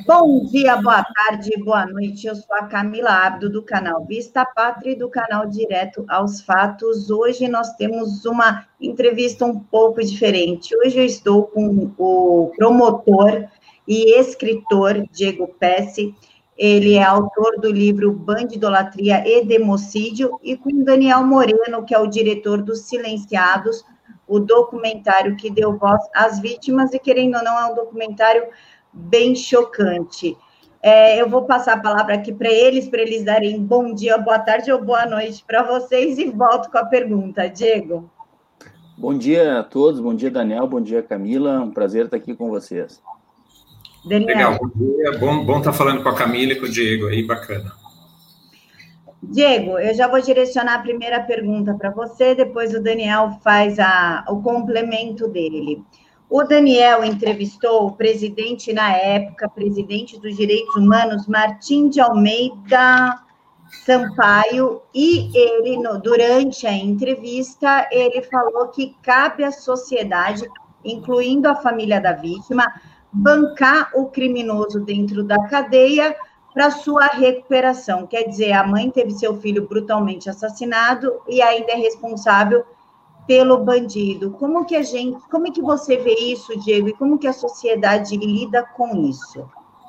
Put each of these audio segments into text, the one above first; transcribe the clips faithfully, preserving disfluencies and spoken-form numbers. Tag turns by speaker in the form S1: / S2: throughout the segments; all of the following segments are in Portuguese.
S1: Bom dia, boa tarde, boa noite. Eu sou a Camila Abdo, do canal Vista Pátria e do canal Direto aos Fatos. Hoje nós temos uma entrevista um pouco diferente. Hoje eu estou com o promotor e escritor Diego Pesce. Ele é autor do livro Bandidolatria e Democídio, e com o Daniel Moreno, que é o diretor dos Silenciados, o documentário que deu voz às vítimas, e querendo ou não, é um documentário bem chocante. É, eu vou passar a palavra aqui para eles, para eles darem bom dia, boa tarde ou boa noite para vocês, e volto com a pergunta. Diego.
S2: Bom dia a todos, bom dia, Daniel, bom dia, Camila, um prazer estar aqui com vocês.
S1: Daniel.
S3: Legal, bom dia, bom, bom estar falando com a Camila e com o Diego aí, bacana.
S1: Diego, eu já vou direcionar a primeira pergunta para você, depois o Daniel faz a, o complemento dele. O Daniel entrevistou o presidente na época, presidente dos Direitos Humanos, Martim de Almeida Sampaio, e ele, no, durante a entrevista, ele falou que cabe à sociedade, incluindo a família da vítima, bancar o criminoso dentro da cadeia para sua recuperação. Quer dizer, a mãe teve seu filho brutalmente assassinado e ainda é responsável pelo bandido. Como que a gente, como é que você vê isso, Diego, e como que a sociedade lida com isso?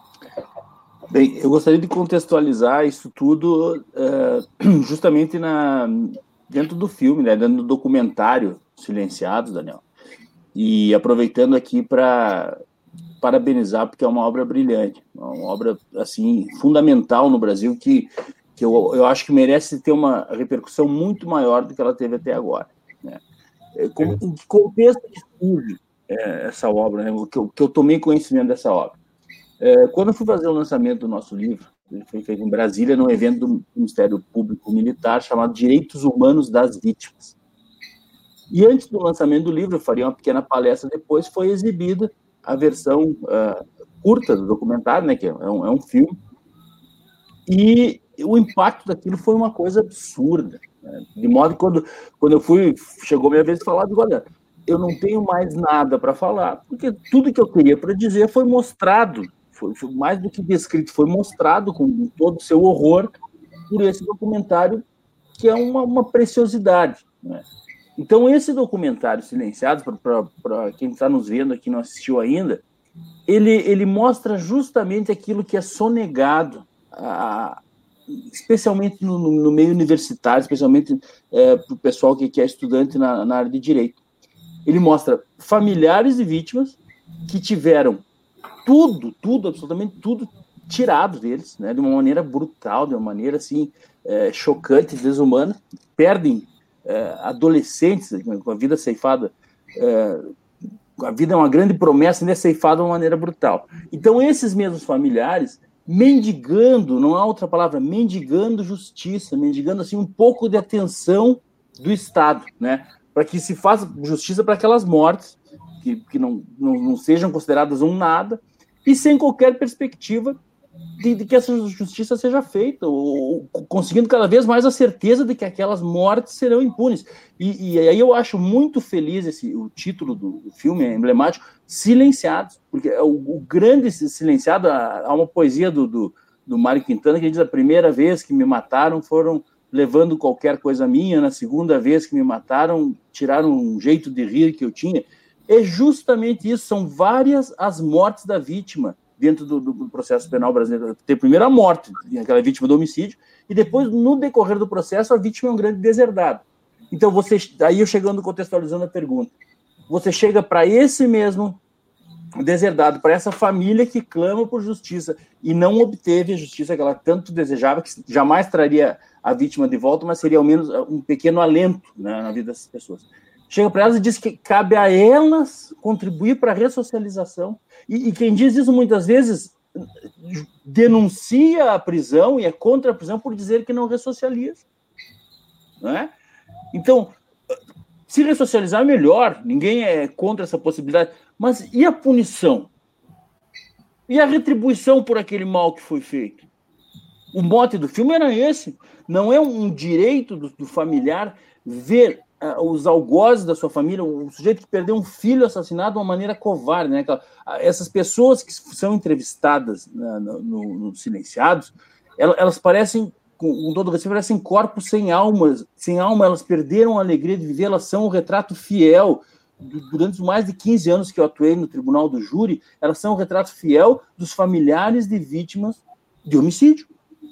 S2: Bem, eu gostaria de contextualizar isso tudo uh, justamente na, dentro do filme, né, dentro do documentário Silenciados, Daniel, e aproveitando aqui para parabenizar, porque é uma obra brilhante, uma obra assim fundamental no Brasil, que, que eu, eu acho que merece ter uma repercussão muito maior do que ela teve até agora. Né? Como, em que contexto que surge é, essa obra, né? que, eu, que eu tomei conhecimento dessa obra? É, quando eu fui fazer o lançamento do nosso livro, ele foi feito em Brasília, num evento do Ministério Público Militar chamado Direitos Humanos das Vítimas. E antes do lançamento do livro, eu faria uma pequena palestra, depois foi exibida a versão uh, curta do documentário, né, que é um, é um filme, e o impacto daquilo foi uma coisa absurda. De modo que quando, quando eu fui, chegou a minha vez de falar, digo, olha, eu não tenho mais nada para falar, porque tudo que eu queria para dizer foi mostrado, foi, foi mais do que descrito, foi mostrado com todo o seu horror por esse documentário, que é uma, uma preciosidade. Né? Então, esse documentário Silenciados, para quem está nos vendo aqui e não assistiu ainda, ele, ele mostra justamente aquilo que é sonegado a especialmente no, no meio universitário, especialmente é, para o pessoal que, que é estudante na, na área de direito. Ele mostra familiares de vítimas que tiveram tudo, tudo, absolutamente tudo tirado deles, né, de uma maneira brutal, de uma maneira assim, é, chocante, desumana, perdem é, adolescentes com a vida ceifada, é, a vida é uma grande promessa, ainda é ceifada de uma maneira brutal. Então, esses mesmos familiares mendigando, não há outra palavra, mendigando justiça, mendigando assim um pouco de atenção do Estado, né, para que se faça justiça para aquelas mortes que, que não, não, não sejam consideradas um nada e sem qualquer perspectiva de, de que essa justiça seja feita, ou, ou conseguindo cada vez mais a certeza de que aquelas mortes serão impunes. E, e aí eu acho muito feliz esse, o título do, do filme, é emblemático, Silenciados, porque o, o grande silenciado, há uma poesia do, do, do Mário Quintana que diz: a primeira vez que me mataram foram levando qualquer coisa minha, na segunda vez que me mataram tiraram um jeito de rir que eu tinha. É justamente isso, são várias as mortes da vítima dentro do, do processo penal brasileiro. Tem primeiro a morte, aquela vítima do homicídio, e depois, no decorrer do processo, a vítima é um grande deserdado. Então, você, aí eu chegando, contextualizando a pergunta, você chega para esse mesmo deserdado, para essa família que clama por justiça e não obteve a justiça que ela tanto desejava, que jamais traria a vítima de volta, mas seria ao menos um pequeno alento, né, na vida dessas pessoas. Chega para elas e diz que cabe a elas contribuir para a ressocialização. E, e quem diz isso muitas vezes denuncia a prisão e é contra a prisão por dizer que não ressocializa. Não é? Então, se ressocializar é melhor, ninguém é contra essa possibilidade, mas e a punição? E a retribuição por aquele mal que foi feito? O mote do filme era esse. Não é um direito do, do familiar ver os algozes da sua família, o sujeito que perdeu um filho assassinado de uma maneira covarde, né? Essas pessoas que são entrevistadas na, no, no, no Silenciados, elas, elas parecem, com todo respeito, parecem corpos sem almas, sem alma, elas perderam a alegria de viver, elas são um retrato fiel. Durante os mais de quinze anos que eu atuei no Tribunal do Júri, elas são um retrato fiel dos familiares de vítimas de homicídio.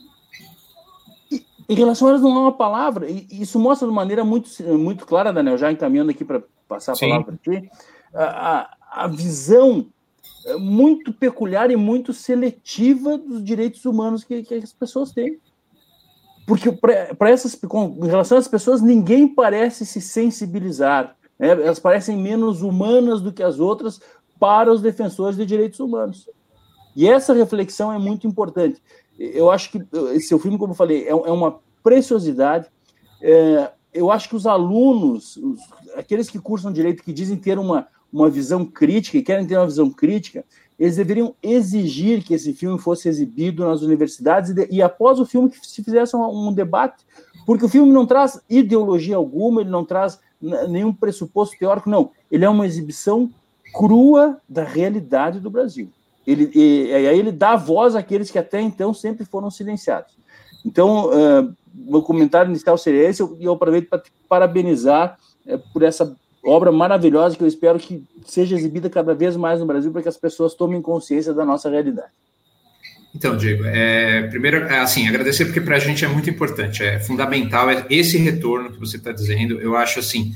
S2: E, em relação a elas, não há uma palavra, e isso mostra de maneira muito, muito clara, Daniel, já encaminhando aqui para passar a Sim. palavra para ti, a, a visão muito peculiar e muito seletiva dos direitos humanos que, que as pessoas têm. Porque para essas, com, em relação às pessoas, ninguém parece se sensibilizar. É, elas parecem menos humanas do que as outras para os defensores de direitos humanos. E essa reflexão é muito importante. Eu acho que esse seu filme, como eu falei, é, é uma preciosidade. É, eu acho que os alunos, os, aqueles que cursam direito, que dizem ter uma, uma visão crítica e querem ter uma visão crítica, eles deveriam exigir que esse filme fosse exibido nas universidades e, de, e após o filme, que se fizesse um, um debate, porque o filme não traz ideologia alguma, ele não traz nenhum pressuposto teórico, não. Ele é uma exibição crua da realidade do Brasil. Ele, e, e aí ele dá voz àqueles que até então sempre foram silenciados. Então, uh, meu comentário inicial seria esse, e eu, eu aproveito para te parabenizar uh, por essa obra maravilhosa que eu espero que seja exibida cada vez mais no Brasil para que as pessoas tomem consciência da nossa realidade.
S3: Então, Diego, é, primeiro, assim, agradecer porque para a gente é muito importante, é fundamental é esse retorno que você está dizendo. Eu acho, assim,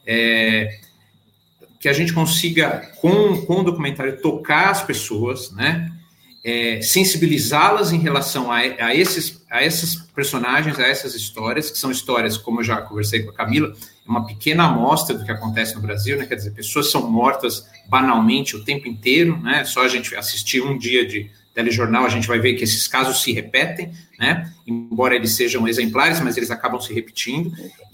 S3: é, que a gente consiga, com, com o documentário, tocar as pessoas, né, é, sensibilizá-las em relação a, a, esses, a esses personagens, a essas histórias, que são histórias, como eu já conversei com a Camila, é uma pequena amostra do que acontece no Brasil, né, quer dizer, pessoas são mortas banalmente o tempo inteiro, né, só a gente assistir um dia de telejornal, a gente vai ver que esses casos se repetem, né? Embora eles sejam exemplares, mas eles acabam se repetindo.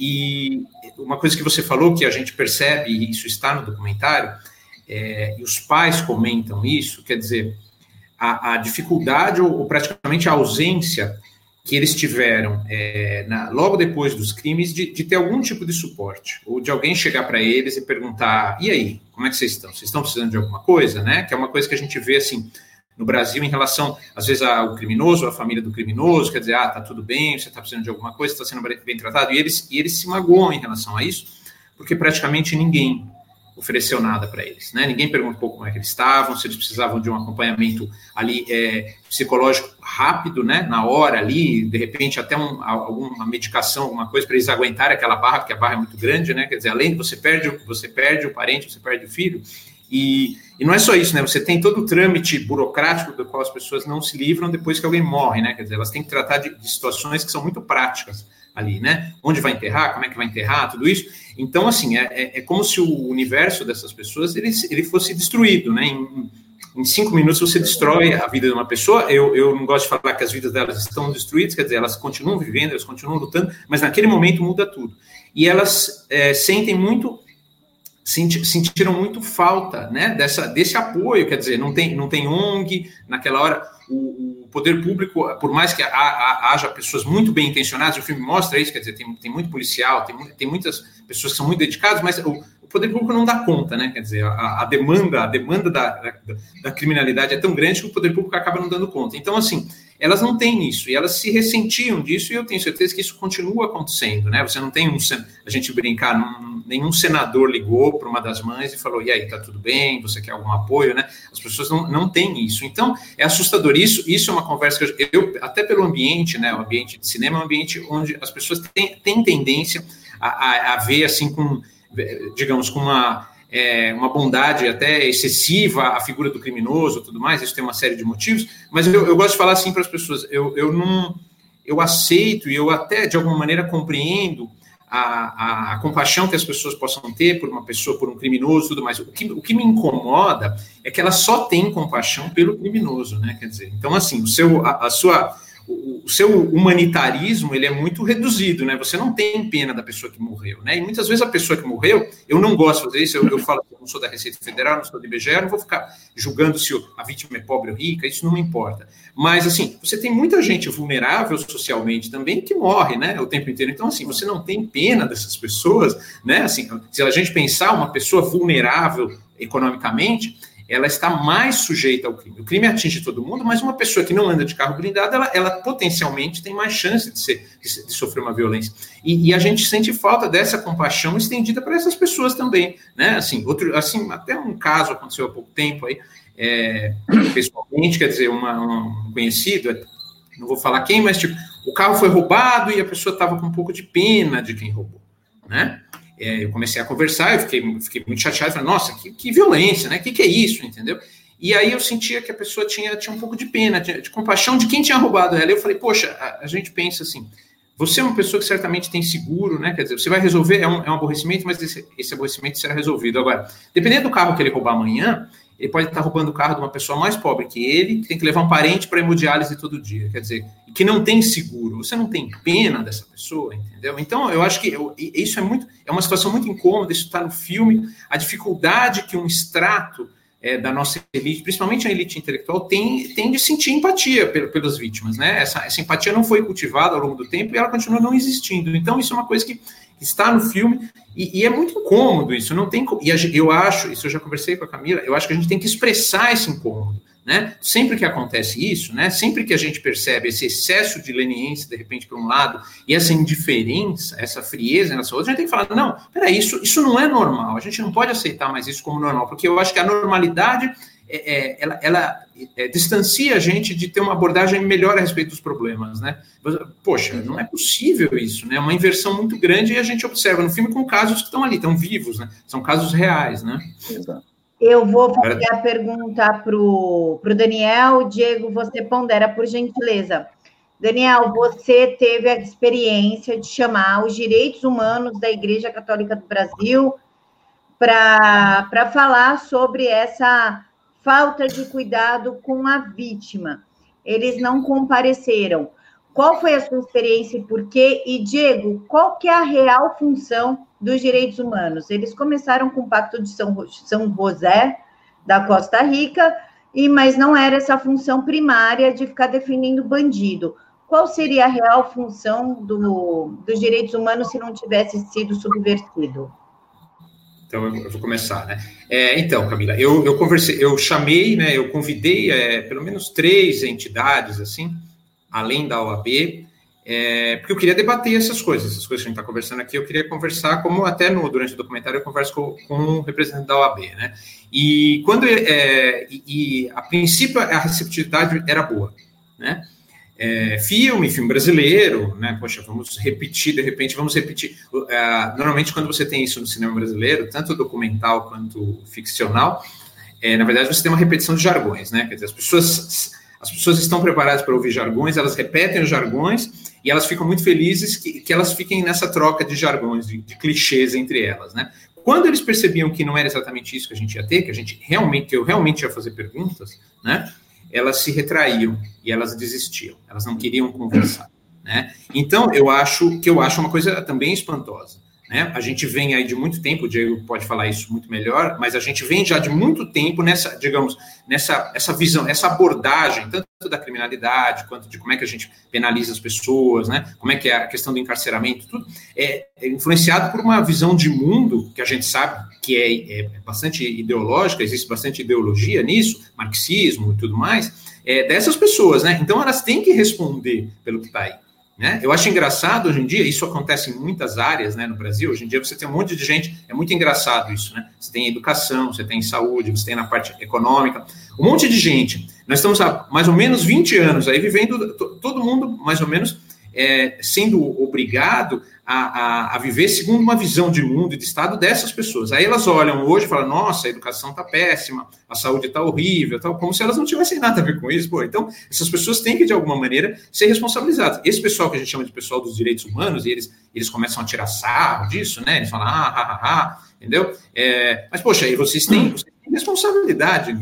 S3: E uma coisa que você falou, que a gente percebe, e isso está no documentário, é, e os pais comentam isso, quer dizer, a, a dificuldade ou, ou praticamente a ausência que eles tiveram é, na, logo depois dos crimes de, de ter algum tipo de suporte, ou de alguém chegar para eles e perguntar, e aí, como é que vocês estão? Vocês estão precisando de alguma coisa, né? Que é uma coisa que a gente vê, assim, no Brasil, em relação, às vezes, ao criminoso, à família do criminoso, quer dizer, ah, tá tudo bem, você está precisando de alguma coisa, está sendo bem tratado, e eles, e eles se magoam em relação a isso, porque praticamente ninguém ofereceu nada para eles, né? Ninguém perguntou como é que eles estavam, se eles precisavam de um acompanhamento ali é, psicológico rápido, né? Na hora ali, de repente até um, alguma medicação, alguma coisa para eles aguentarem aquela barra, porque a barra é muito grande, né? Quer dizer, além de você perde, você perde o parente, você perde o filho. E, e não é só isso, né? Você tem todo o trâmite burocrático do qual as pessoas não se livram depois que alguém morre, né? Quer dizer, elas têm que tratar de, de situações que são muito práticas ali, né? Onde vai enterrar, como é que vai enterrar, tudo isso. Então, assim, é, é, é como se o universo dessas pessoas ele, ele fosse destruído, né? Em, em cinco minutos você destrói a vida de uma pessoa. Eu, eu não gosto de falar que as vidas delas estão destruídas, quer dizer, elas continuam vivendo, elas continuam lutando, mas naquele momento muda tudo. E elas é, sentem muito... sentiram muito falta, né, dessa, desse apoio, quer dizer, não tem, não tem O N G, naquela hora o, o poder público, por mais que haja pessoas muito bem intencionadas, o filme mostra isso, quer dizer, tem, tem muito policial, tem, tem muitas pessoas que são muito dedicadas, mas o, o poder público não dá conta, né, quer dizer, a, a demanda, a demanda da, da, da criminalidade é tão grande que o poder público acaba não dando conta. Então, assim, elas não têm isso, e elas se ressentiam disso, e eu tenho certeza que isso continua acontecendo, né? Você não tem um, a gente brincar, não, nenhum senador ligou para uma das mães e falou, e aí, tá tudo bem, você quer algum apoio, né? As pessoas não, não têm isso. Então, é assustador. Isso, isso é uma conversa que eu, eu, até pelo ambiente, né? O ambiente de cinema é um ambiente onde as pessoas têm, têm tendência a, a, a ver, assim, com, digamos, com uma... É, uma bondade até excessiva à figura do criminoso e tudo mais, isso tem uma série de motivos, mas eu, eu gosto de falar assim para as pessoas, eu, eu não, eu aceito e eu até de alguma maneira compreendo a, a, a compaixão que as pessoas possam ter por uma pessoa, por um criminoso e tudo mais. O que, o que me incomoda é que ela só tem compaixão pelo criminoso, né? Quer dizer, então assim, o seu, a, a sua, o, o seu humanitarismo, ele é muito reduzido, né? Você não tem pena da pessoa que morreu, né? E muitas vezes a pessoa que morreu, eu não gosto de fazer isso, eu, eu falo que eu não sou da Receita Federal, não sou do I B G E, eu não vou ficar julgando se a vítima é pobre ou rica, isso não me importa. Mas, assim, você tem muita gente vulnerável socialmente também que morre, né? O tempo inteiro. Então, assim, você não tem pena dessas pessoas, né? Assim, se a gente pensar uma pessoa vulnerável economicamente, ela está mais sujeita ao crime. O crime atinge todo mundo, mas uma pessoa que não anda de carro blindado, ela, ela potencialmente tem mais chance de, ser, de, de sofrer uma violência. E, e a gente sente falta dessa compaixão estendida para essas pessoas também, né? Assim, outro, assim, até um caso aconteceu há pouco tempo aí, é, pessoalmente, quer dizer, uma, um conhecido, não vou falar quem, mas tipo, o carro foi roubado e a pessoa estava com um pouco de pena de quem roubou, né? É, eu comecei a conversar, eu fiquei, fiquei muito chateado, falei, nossa, que, que violência, né? O que, que é isso, entendeu? E aí eu sentia que a pessoa tinha, tinha um pouco de pena, de, de compaixão de quem tinha roubado ela. Eu falei, poxa, a, a gente pensa assim, você é uma pessoa que certamente tem seguro, né? Quer dizer, você vai resolver, é um, é um aborrecimento, mas esse, esse aborrecimento será resolvido. Agora, dependendo do carro que ele roubar amanhã, ele pode estar roubando o carro de uma pessoa mais pobre que ele, que tem que levar um parente para hemodiálise todo dia, quer dizer, que não tem seguro, você não tem pena dessa pessoa, entendeu? Então, eu acho que eu, isso é muito, é uma situação muito incômoda, isso está no filme, a dificuldade que um extrato é, da nossa elite, principalmente a elite intelectual, tem, tem de sentir empatia pelas vítimas, né? Essa, essa empatia não foi cultivada ao longo do tempo e ela continua não existindo. Então, isso é uma coisa que está no filme, e, e é muito incômodo isso, não tem, e eu acho, isso eu já conversei com a Camila, eu acho que a gente tem que expressar esse incômodo, né? Sempre que acontece isso, né? Sempre que a gente percebe esse excesso de leniência, de repente, por um lado, e essa indiferença, essa frieza nessa outra, a gente tem que falar, não, peraí, isso, isso não é normal, a gente não pode aceitar mais isso como normal, porque eu acho que a normalidade, é, é, ela, ela é, distancia a gente de ter uma abordagem melhor a respeito dos problemas, né? Poxa, não é possível isso, né? É uma inversão muito grande e a gente observa no filme com casos que estão ali, estão vivos, né? São casos reais, né?
S2: Exato.
S1: Eu vou fazer a pergunta para o Daniel. Diego, você pondera, por gentileza. Daniel, você teve a experiência de chamar os direitos humanos da Igreja Católica do Brasil para falar sobre essa falta de cuidado com a vítima. Eles não compareceram. Qual foi a sua experiência e por quê? E, Diego, qual que é a real função dos direitos humanos? Eles começaram com o Pacto de São, São José, da Costa Rica, e, mas não era essa função primária de ficar defendendo bandido. Qual seria a real função do, dos direitos humanos se não tivesse sido subvertido?
S3: Então, eu, eu vou começar, né? É, então, Camila, eu, eu conversei, eu chamei, né, eu convidei é, pelo menos três entidades, assim, além da O A B, é, porque eu queria debater essas coisas, essas coisas que a gente está conversando aqui, eu queria conversar, como até no, durante o documentário eu converso com, com um representante da O A B, né? E quando, é, e, e a princípio a receptividade era boa, né? É, filme, filme brasileiro, né? Poxa, vamos repetir, de repente vamos repetir. Uh, normalmente, quando você tem isso no cinema brasileiro, tanto documental quanto ficcional, é, na verdade você tem uma repetição de jargões, né? Quer dizer, as pessoas, as pessoas estão preparadas para ouvir jargões, elas repetem os jargões e elas ficam muito felizes que, que elas fiquem nessa troca de jargões, de, de clichês entre elas, né? Quando eles percebiam que não era exatamente isso que a gente ia ter, que a gente realmente, que eu realmente ia fazer perguntas, né? Elas se retraíam e elas desistiam, elas não queriam conversar, né? Então, eu acho que eu acho uma coisa também espantosa, né? A gente vem aí de muito tempo, o Diego pode falar isso muito melhor, mas a gente vem já de muito tempo nessa, digamos, nessa essa visão, essa abordagem, tanto da criminalidade, quanto de como é que a gente penaliza as pessoas, né? Como é que é a questão do encarceramento, tudo é, é influenciado por uma visão de mundo que a gente sabe que é, é bastante ideológica, existe bastante ideologia nisso, marxismo e tudo mais, é, dessas pessoas, né? Então elas têm que responder pelo que está aí, né? Eu acho engraçado hoje em dia, isso acontece em muitas áreas, né, no Brasil, hoje em dia você tem um monte de gente, é muito engraçado isso, né? Você tem educação, você tem saúde, você tem na parte econômica, um monte de gente. Nós estamos há mais ou menos vinte anos aí vivendo, todo mundo mais ou menos é, sendo obrigado a, a, a viver segundo uma visão de mundo e de Estado dessas pessoas. Aí elas olham hoje e falam, nossa, a educação está péssima, a saúde está horrível, tal, como se elas não tivessem nada a ver com isso. Pô, então, essas pessoas têm que, de alguma maneira, ser responsabilizadas. Esse pessoal que a gente chama de pessoal dos direitos humanos, e eles, eles começam a tirar sarro disso, né? Eles falam, ah, ah, ah, ah, entendeu? É, mas, poxa, aí vocês têm, vocês têm responsabilidade nisso,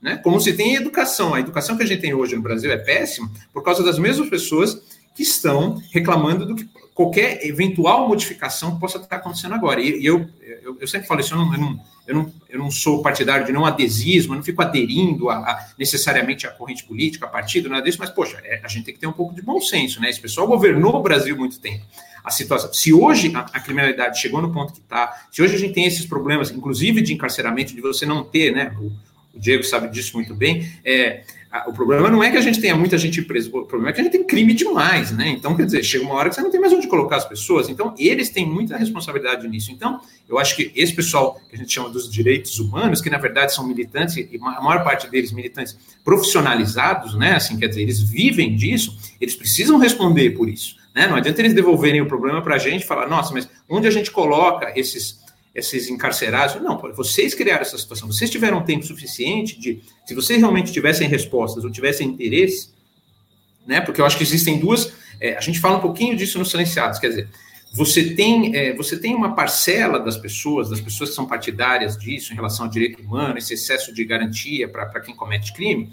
S3: né? Como se tem educação. A educação que a gente tem hoje no Brasil é péssima por causa das mesmas pessoas que estão reclamando do que qualquer eventual modificação possa estar acontecendo agora. E, e eu, eu, eu sempre falo isso, eu não, eu, não, eu, não, eu não sou partidário de não adesismo, eu não fico aderindo a, a, necessariamente à corrente política, a partido, nada disso, mas, poxa, é, a gente tem que ter um pouco de bom senso, né? Esse pessoal governou o Brasil muito tempo. A situação, se hoje a, a criminalidade chegou no ponto que está, se hoje a gente tem esses problemas, inclusive de encarceramento, de você não ter, né? O, o Diego sabe disso muito bem, é... O problema não é que a gente tenha muita gente presa, o problema é que a gente tem crime demais, né? Então, quer dizer, chega uma hora que você não tem mais onde colocar as pessoas. Então, eles têm muita responsabilidade nisso. Então, eu acho que esse pessoal que a gente chama dos direitos humanos, que na verdade são militantes, e a maior parte deles militantes profissionalizados, né? Assim, quer dizer, eles vivem disso, eles precisam responder por isso, né? Não adianta eles devolverem o problema para a gente e falar, nossa, mas onde a gente coloca esses... esses encarcerados, não, vocês criaram essa situação, vocês tiveram tempo suficiente de, se vocês realmente tivessem respostas ou tivessem interesse, né, porque eu acho que existem duas, é, a gente fala um pouquinho disso nos silenciados, quer dizer, você tem, é, você tem uma parcela das pessoas, das pessoas que são partidárias disso, em relação ao direito humano, esse excesso de garantia para quem comete crime,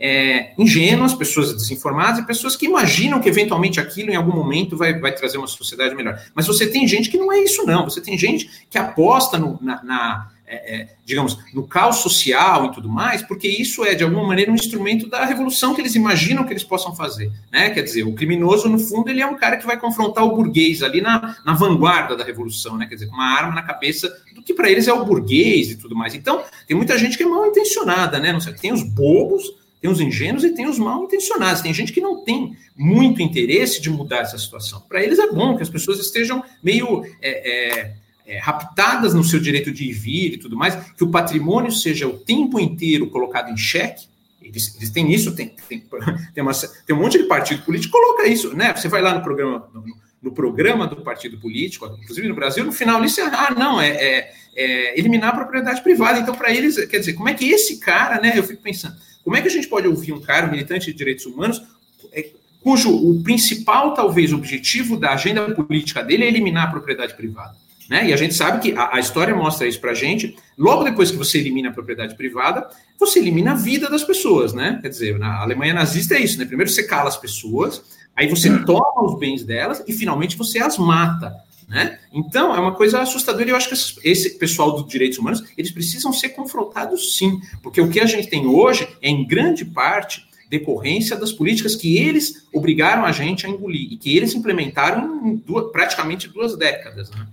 S3: É, ingênuas, pessoas desinformadas e pessoas que imaginam que eventualmente aquilo em algum momento vai, vai trazer uma sociedade melhor. Mas você tem gente que não é isso não, você tem gente que aposta no, na, na é, é, digamos, no caos social e tudo mais, porque isso é de alguma maneira um instrumento da revolução que eles imaginam que eles possam fazer, né? Quer dizer, o criminoso no fundo ele é um cara que vai confrontar o burguês ali na, na vanguarda da revolução, né? Quer dizer, com uma arma na cabeça do que para eles é o burguês e tudo mais. Então, tem muita gente que é mal intencionada, né? Não sei, tem os bobos, tem os ingênuos e tem os mal intencionados. Tem gente que não tem muito interesse de mudar essa situação. Para eles é bom que as pessoas estejam meio é, é, é, raptadas no seu direito de ir e vir e tudo mais, que o patrimônio seja o tempo inteiro colocado em xeque. Eles, eles têm isso, tem, tem, tem, uma, tem um monte de partido político que coloca isso, né? Você vai lá no programa, no, no programa do partido político, inclusive no Brasil, no final ali você, ah, não, é, é, é eliminar a propriedade privada. Então, para eles, quer dizer, como é que esse cara, né? Eu fico pensando, como é que a gente pode ouvir um cara, um militante de direitos humanos, é, cujo o principal, talvez, objetivo da agenda política dele é eliminar a propriedade privada, né? E a gente sabe que a, a história mostra isso para a gente. Logo depois que você elimina a propriedade privada, você elimina a vida das pessoas, né? Quer dizer, na Alemanha nazista é isso, né? Primeiro você cala as pessoas, aí você toma os bens delas e finalmente você as mata, né? Então, é uma coisa assustadora e eu acho que esse pessoal dos direitos humanos, eles precisam ser confrontados sim, porque o que a gente tem hoje é, em grande parte, decorrência das políticas que eles obrigaram a gente a engolir e que eles implementaram em duas, praticamente duas décadas, né?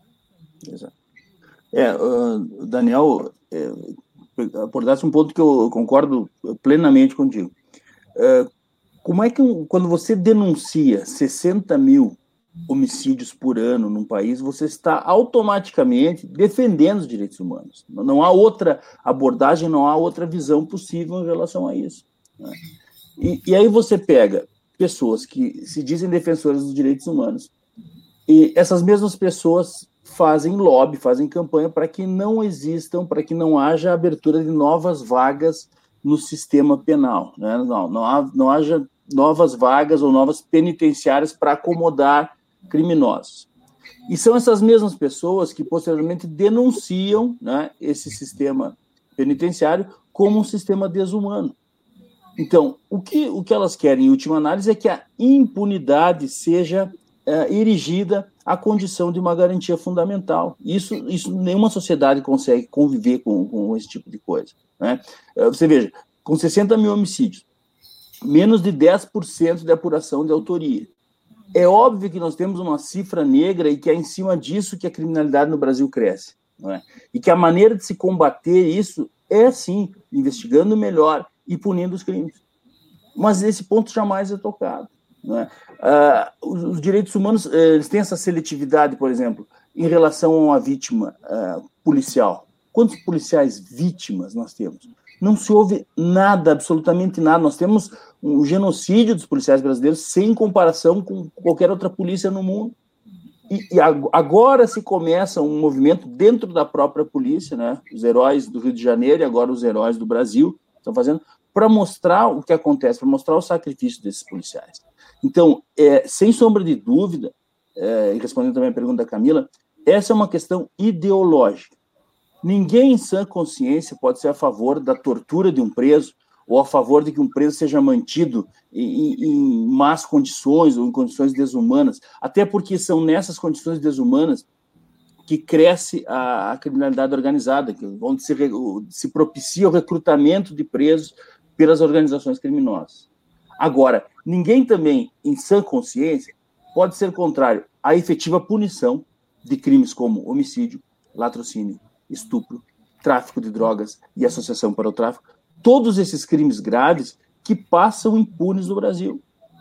S2: Exato. É, uh, Daniel, é, abordasse um ponto que eu concordo plenamente contigo. Uh, como é que, quando você denuncia sessenta mil homicídios por ano num país, você está automaticamente defendendo os direitos humanos. Não há outra abordagem, não há outra visão possível em relação a isso, né? E, e aí você pega pessoas que se dizem defensoras dos direitos humanos e essas mesmas pessoas fazem lobby, fazem campanha para que não existam, para que não haja abertura de novas vagas no sistema penal, né? Não, não, há, não haja novas vagas ou novas penitenciárias para acomodar criminosos. E são essas mesmas pessoas que posteriormente denunciam, né, esse sistema penitenciário como um sistema desumano. Então, o que, o que elas querem, em última análise, é que a impunidade seja é, erigida à condição de uma garantia fundamental. Isso, isso nenhuma sociedade consegue conviver com, com esse tipo de coisa, né? Você veja, com sessenta mil homicídios, menos de dez por cento de apuração de autoria. É óbvio que nós temos uma cifra negra e que é em cima disso que a criminalidade no Brasil cresce, não é? E que a maneira de se combater isso é, sim, investigando melhor e punindo os crimes. Mas esse ponto jamais é tocado, não é? Ah, os, os direitos humanos, eles têm essa seletividade, por exemplo, em relação a uma vítima ah, policial. Quantos policiais vítimas nós temos? Não se ouve nada, absolutamente nada. Nós temos um genocídio dos policiais brasileiros sem comparação com qualquer outra polícia no mundo. E, e agora se começa um movimento dentro da própria polícia, né? Os heróis do Rio de Janeiro e agora os heróis do Brasil estão fazendo, para mostrar o que acontece, para mostrar o sacrifício desses policiais. Então, é, sem sombra de dúvida, é, e respondendo também a pergunta da Camila, essa é uma questão ideológica. Ninguém em sã consciência pode ser a favor da tortura de um preso ou a favor de que um preso seja mantido em, em más condições ou em condições desumanas, até porque são nessas condições desumanas que cresce a, a criminalidade organizada, onde se, se propicia o recrutamento de presos pelas organizações criminosas. Agora, ninguém também, em sã consciência, pode ser contrário à efetiva punição de crimes como homicídio, latrocínio, estupro, tráfico de drogas e associação para o tráfico, todos esses crimes graves que passam impunes no Brasil.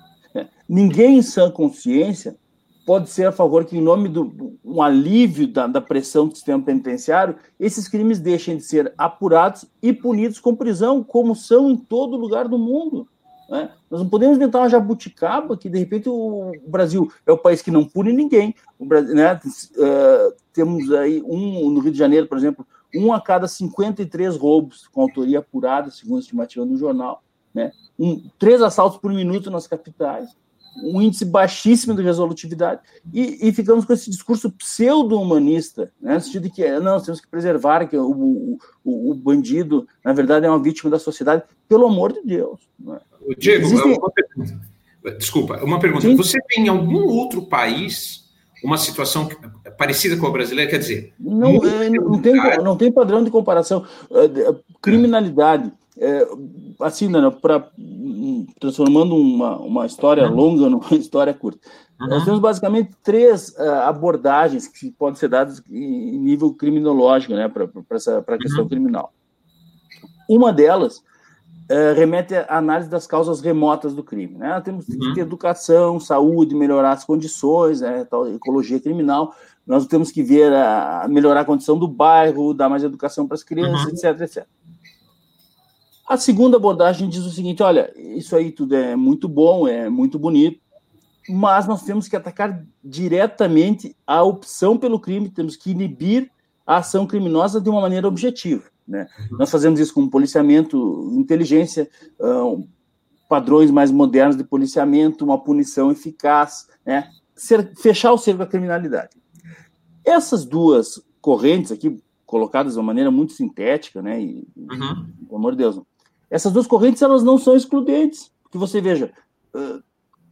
S2: Ninguém em sã consciência pode ser a favor que, em nome do um alívio da, da pressão do sistema penitenciário, esses crimes deixem de ser apurados e punidos com prisão, como são em todo lugar do mundo. Né? Nós não podemos inventar uma jabuticaba que, de repente, o Brasil é o país que não pune ninguém. O Brasil, né? uh, temos aí, um no Rio de Janeiro, por exemplo, um a cada cinquenta e três roubos com autoria apurada, segundo a estimativa do jornal. Né? Um, três assaltos por minuto nas capitais. Um índice baixíssimo de resolutividade, e, e ficamos com esse discurso pseudo-humanista, né, no sentido de que não, nós temos que preservar que o, o, o bandido, na verdade, é uma vítima da sociedade, pelo amor de Deus. Né?
S3: Diego, Existem... uma pergunta. Desculpa, uma pergunta. Sim? Você tem em algum outro país uma situação parecida com a brasileira? Quer dizer...
S2: Não, é, não, tem, não tem padrão de comparação. Criminalidade... É, assim, né, pra, transformando uma, uma história uhum. longa numa história curta. Uhum. Nós temos basicamente três uh, abordagens que podem ser dadas em nível criminológico, né, para a questão uhum. criminal. Uma delas uh, remete à análise das causas remotas do crime. Né? Temos uhum. que ter educação, saúde, melhorar as condições, né, tal, ecologia criminal. Nós temos que ver a, melhorar a condição do bairro, dar mais educação para as crianças, uhum. etc, etcétera. A segunda abordagem diz o seguinte, olha, isso aí tudo é muito bom, é muito bonito, mas nós temos que atacar diretamente a opção pelo crime, temos que inibir a ação criminosa de uma maneira objetiva. Né? Uhum. Nós fazemos isso com policiamento, inteligência, uh, padrões mais modernos de policiamento, uma punição eficaz, né? Ser, fechar o cerco da criminalidade. Essas duas correntes aqui, colocadas de uma maneira muito sintética, né? E, uhum. pelo amor de Deus, essas duas correntes, elas não são excludentes. Porque você veja, uh,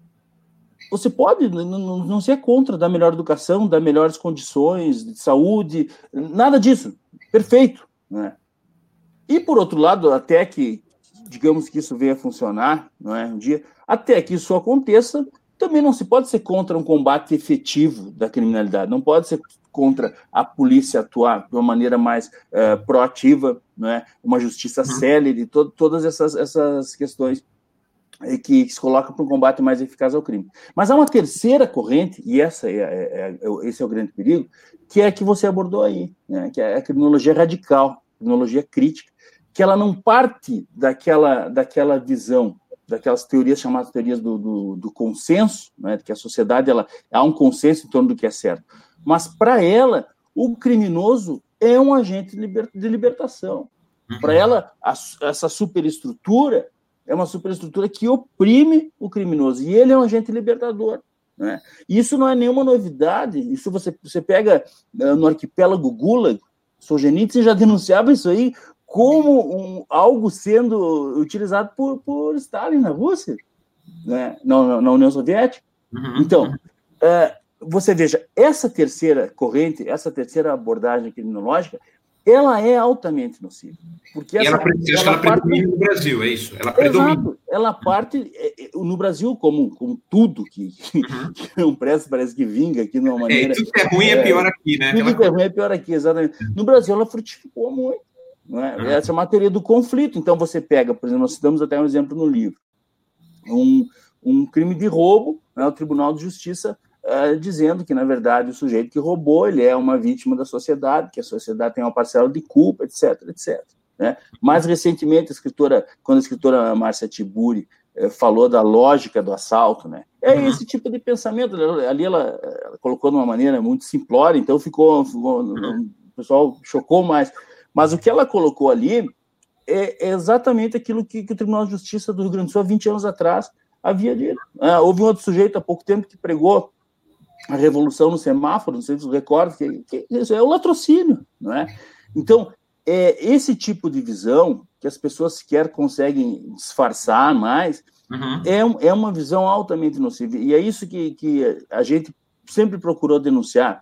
S2: você pode não, não ser contra dar melhor educação, dar melhores condições de saúde, nada disso. Perfeito. Né? E, por outro lado, até que, digamos que isso venha a funcionar, não é, um dia, até que isso aconteça, também não se pode ser contra um combate efetivo da criminalidade, não pode ser contra a polícia atuar de uma maneira mais uh, proativa, né? Uma justiça uhum. célere, to todas essas, essas questões que, que se colocam para um combate mais eficaz ao crime. Mas há uma terceira corrente, e essa é, é, é, esse é o grande perigo, que é a que você abordou aí, né? Que é a criminologia radical, a criminologia crítica, que ela não parte daquela, daquela visão, daquelas teorias chamadas teorias do, do, do consenso, né, que a sociedade, ela, há um consenso em torno do que é certo. Mas, para ela, o criminoso é um agente de, liber, de libertação. Uhum. Para ela, a, essa superestrutura é uma superestrutura que oprime o criminoso, e ele é um agente libertador. Né? Isso não é nenhuma novidade, isso você, você pega uh, no arquipélago Gulag, Solzhenitsyn já denunciava isso aí, como um, algo sendo utilizado por, por Stalin na Rússia, né? na, na União Soviética. Uhum. Então, é, você veja, essa terceira corrente, essa terceira abordagem criminológica, ela é altamente nociva. Porque essa,
S3: ela, ela, ela parte... predomina no Brasil, é isso? Ela predomina. Exato.
S2: Ela parte, no Brasil, como, como tudo que, uhum. que não presta, parece que vinga aqui de uma maneira...
S3: É, tudo que é ruim é, é pior aqui, né?
S2: Tudo que é ruim é pior aqui, exatamente. No Brasil, ela frutificou muito. Não é? Uhum. Essa é uma teoria do conflito. Então, você pega, por exemplo, nós citamos até um exemplo no livro, um, um crime de roubo, né, o Tribunal de Justiça uh, dizendo que, na verdade, o sujeito que roubou, ele é uma vítima da sociedade, que a sociedade tem uma parcela de culpa, etc, etcétera. Né? Mais recentemente, a escritora, quando a escritora Márcia Tiburi uh, falou da lógica do assalto, né? É uhum. esse tipo de pensamento. Ali ela, ela colocou de uma maneira muito simplória, então ficou, ficou uhum. o pessoal chocou mais. Mas o que ela colocou ali é, é exatamente aquilo que, que o Tribunal de Justiça do Rio Grande do Sul, há vinte anos atrás, havia dito. Ah, houve um outro sujeito há pouco tempo que pregou a revolução no semáforo, não sei se você recorda, que, que isso é o latrocínio, não é? Então, é esse tipo de visão que as pessoas sequer conseguem disfarçar mais, uhum. é, um, é uma visão altamente nociva. E é isso que, que a gente sempre procurou denunciar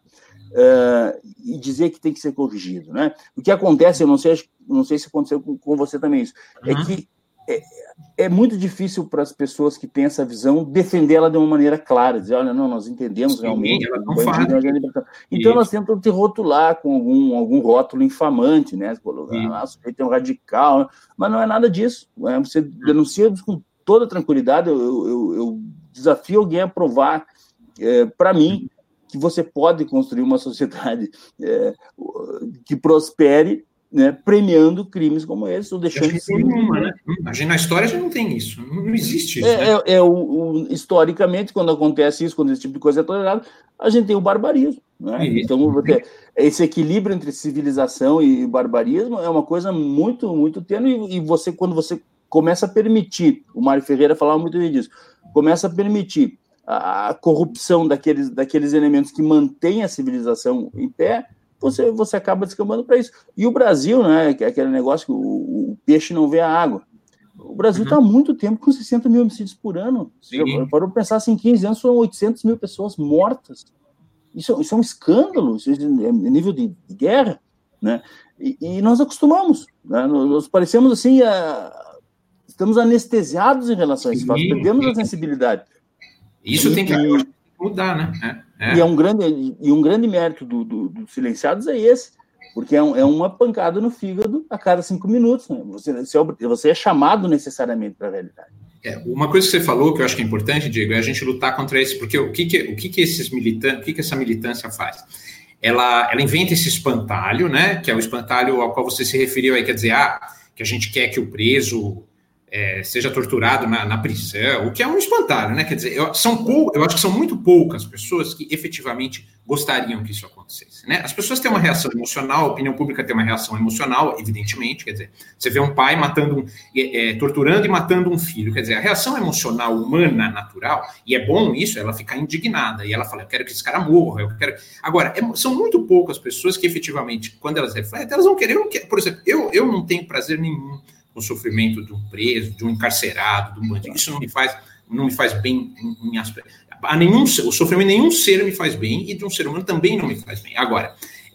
S2: uh, e dizer que tem que ser corrigido, né? O que acontece, eu não sei, não sei se aconteceu com, com você também isso, uhum. é que é, é muito difícil para as pessoas que têm essa visão defendê-la de uma maneira clara, dizer, olha, não, nós entendemos Sim, realmente. Ela não bandido, nós então, Isso. elas tentam te rotular com algum, algum rótulo infamante, né? Ah, o sujeito é um radical, mas não é nada disso. Né? Você denuncia com toda tranquilidade, eu, eu, eu desafio alguém a provar é, para mim que você pode construir uma sociedade é, que prospere, né, premiando crimes como esse, ou deixando de ser
S3: nenhuma, né? Imagina, na história já não tem isso, não existe isso.
S2: É,
S3: né?
S2: é, é o, o, historicamente, quando acontece isso, quando esse tipo de coisa é tolerado, a gente tem o barbarismo. Né? É então, você, esse equilíbrio entre civilização e barbarismo é uma coisa muito, muito tênue, e você, quando você começa a permitir, o Mário Ferreira falava muito bem disso, começa a permitir a, a corrupção daqueles, daqueles elementos que mantêm a civilização em pé, Você, você acaba descambando para isso. E o Brasil, né, que é aquele negócio que o, o peixe não vê a água. O Brasil está uhum. há muito tempo com sessenta mil homicídios por ano. Você parou para pensar assim, em quinze anos foram oitocentas mil pessoas mortas. Isso, isso é um escândalo, isso é nível de, de guerra. Né? E, e nós acostumamos. Né? Nós parecemos assim, a, estamos anestesiados em relação a esse fato, perdemos a sensibilidade.
S3: Isso
S2: e,
S3: tem que
S2: e,
S3: mudar, né? É. É.
S2: E, é um grande, e um grande mérito dos do, do silenciados é esse, porque é, um, é uma pancada no fígado a cada cinco minutos. Né? Você, você é chamado necessariamente para a realidade.
S3: É, uma coisa que você falou que eu acho que é importante, Diego, é a gente lutar contra isso, porque o que, que, o que, que esses militantes, o que, que essa militância faz? Ela, ela inventa esse espantalho, né? Que é o espantalho ao qual você se referiu aí, quer dizer, ah, que a gente quer que o preso É, seja torturado na, na prisão, o que é um espantalho, né? Quer dizer, eu, são pou, eu acho que são muito poucas pessoas que efetivamente gostariam que isso acontecesse, né? As pessoas têm uma reação emocional, a opinião pública tem uma reação emocional, evidentemente, quer dizer, você vê um pai matando, um, é, é, torturando e matando um filho, quer dizer, a reação emocional humana, natural, e é bom isso, ela ficar indignada, e ela fala, eu quero que esse cara morra, eu quero... Agora, é, são muito poucas pessoas que efetivamente, quando elas refletem, elas vão querer, eu não quero, por exemplo, eu, eu não tenho prazer nenhum o sofrimento de um preso, de um encarcerado, de um bandido. Isso não me faz, não me faz bem em, em aspecto. A nenhum, o sofrimento de nenhum ser me faz bem e de um ser humano também não me faz bem. Agora,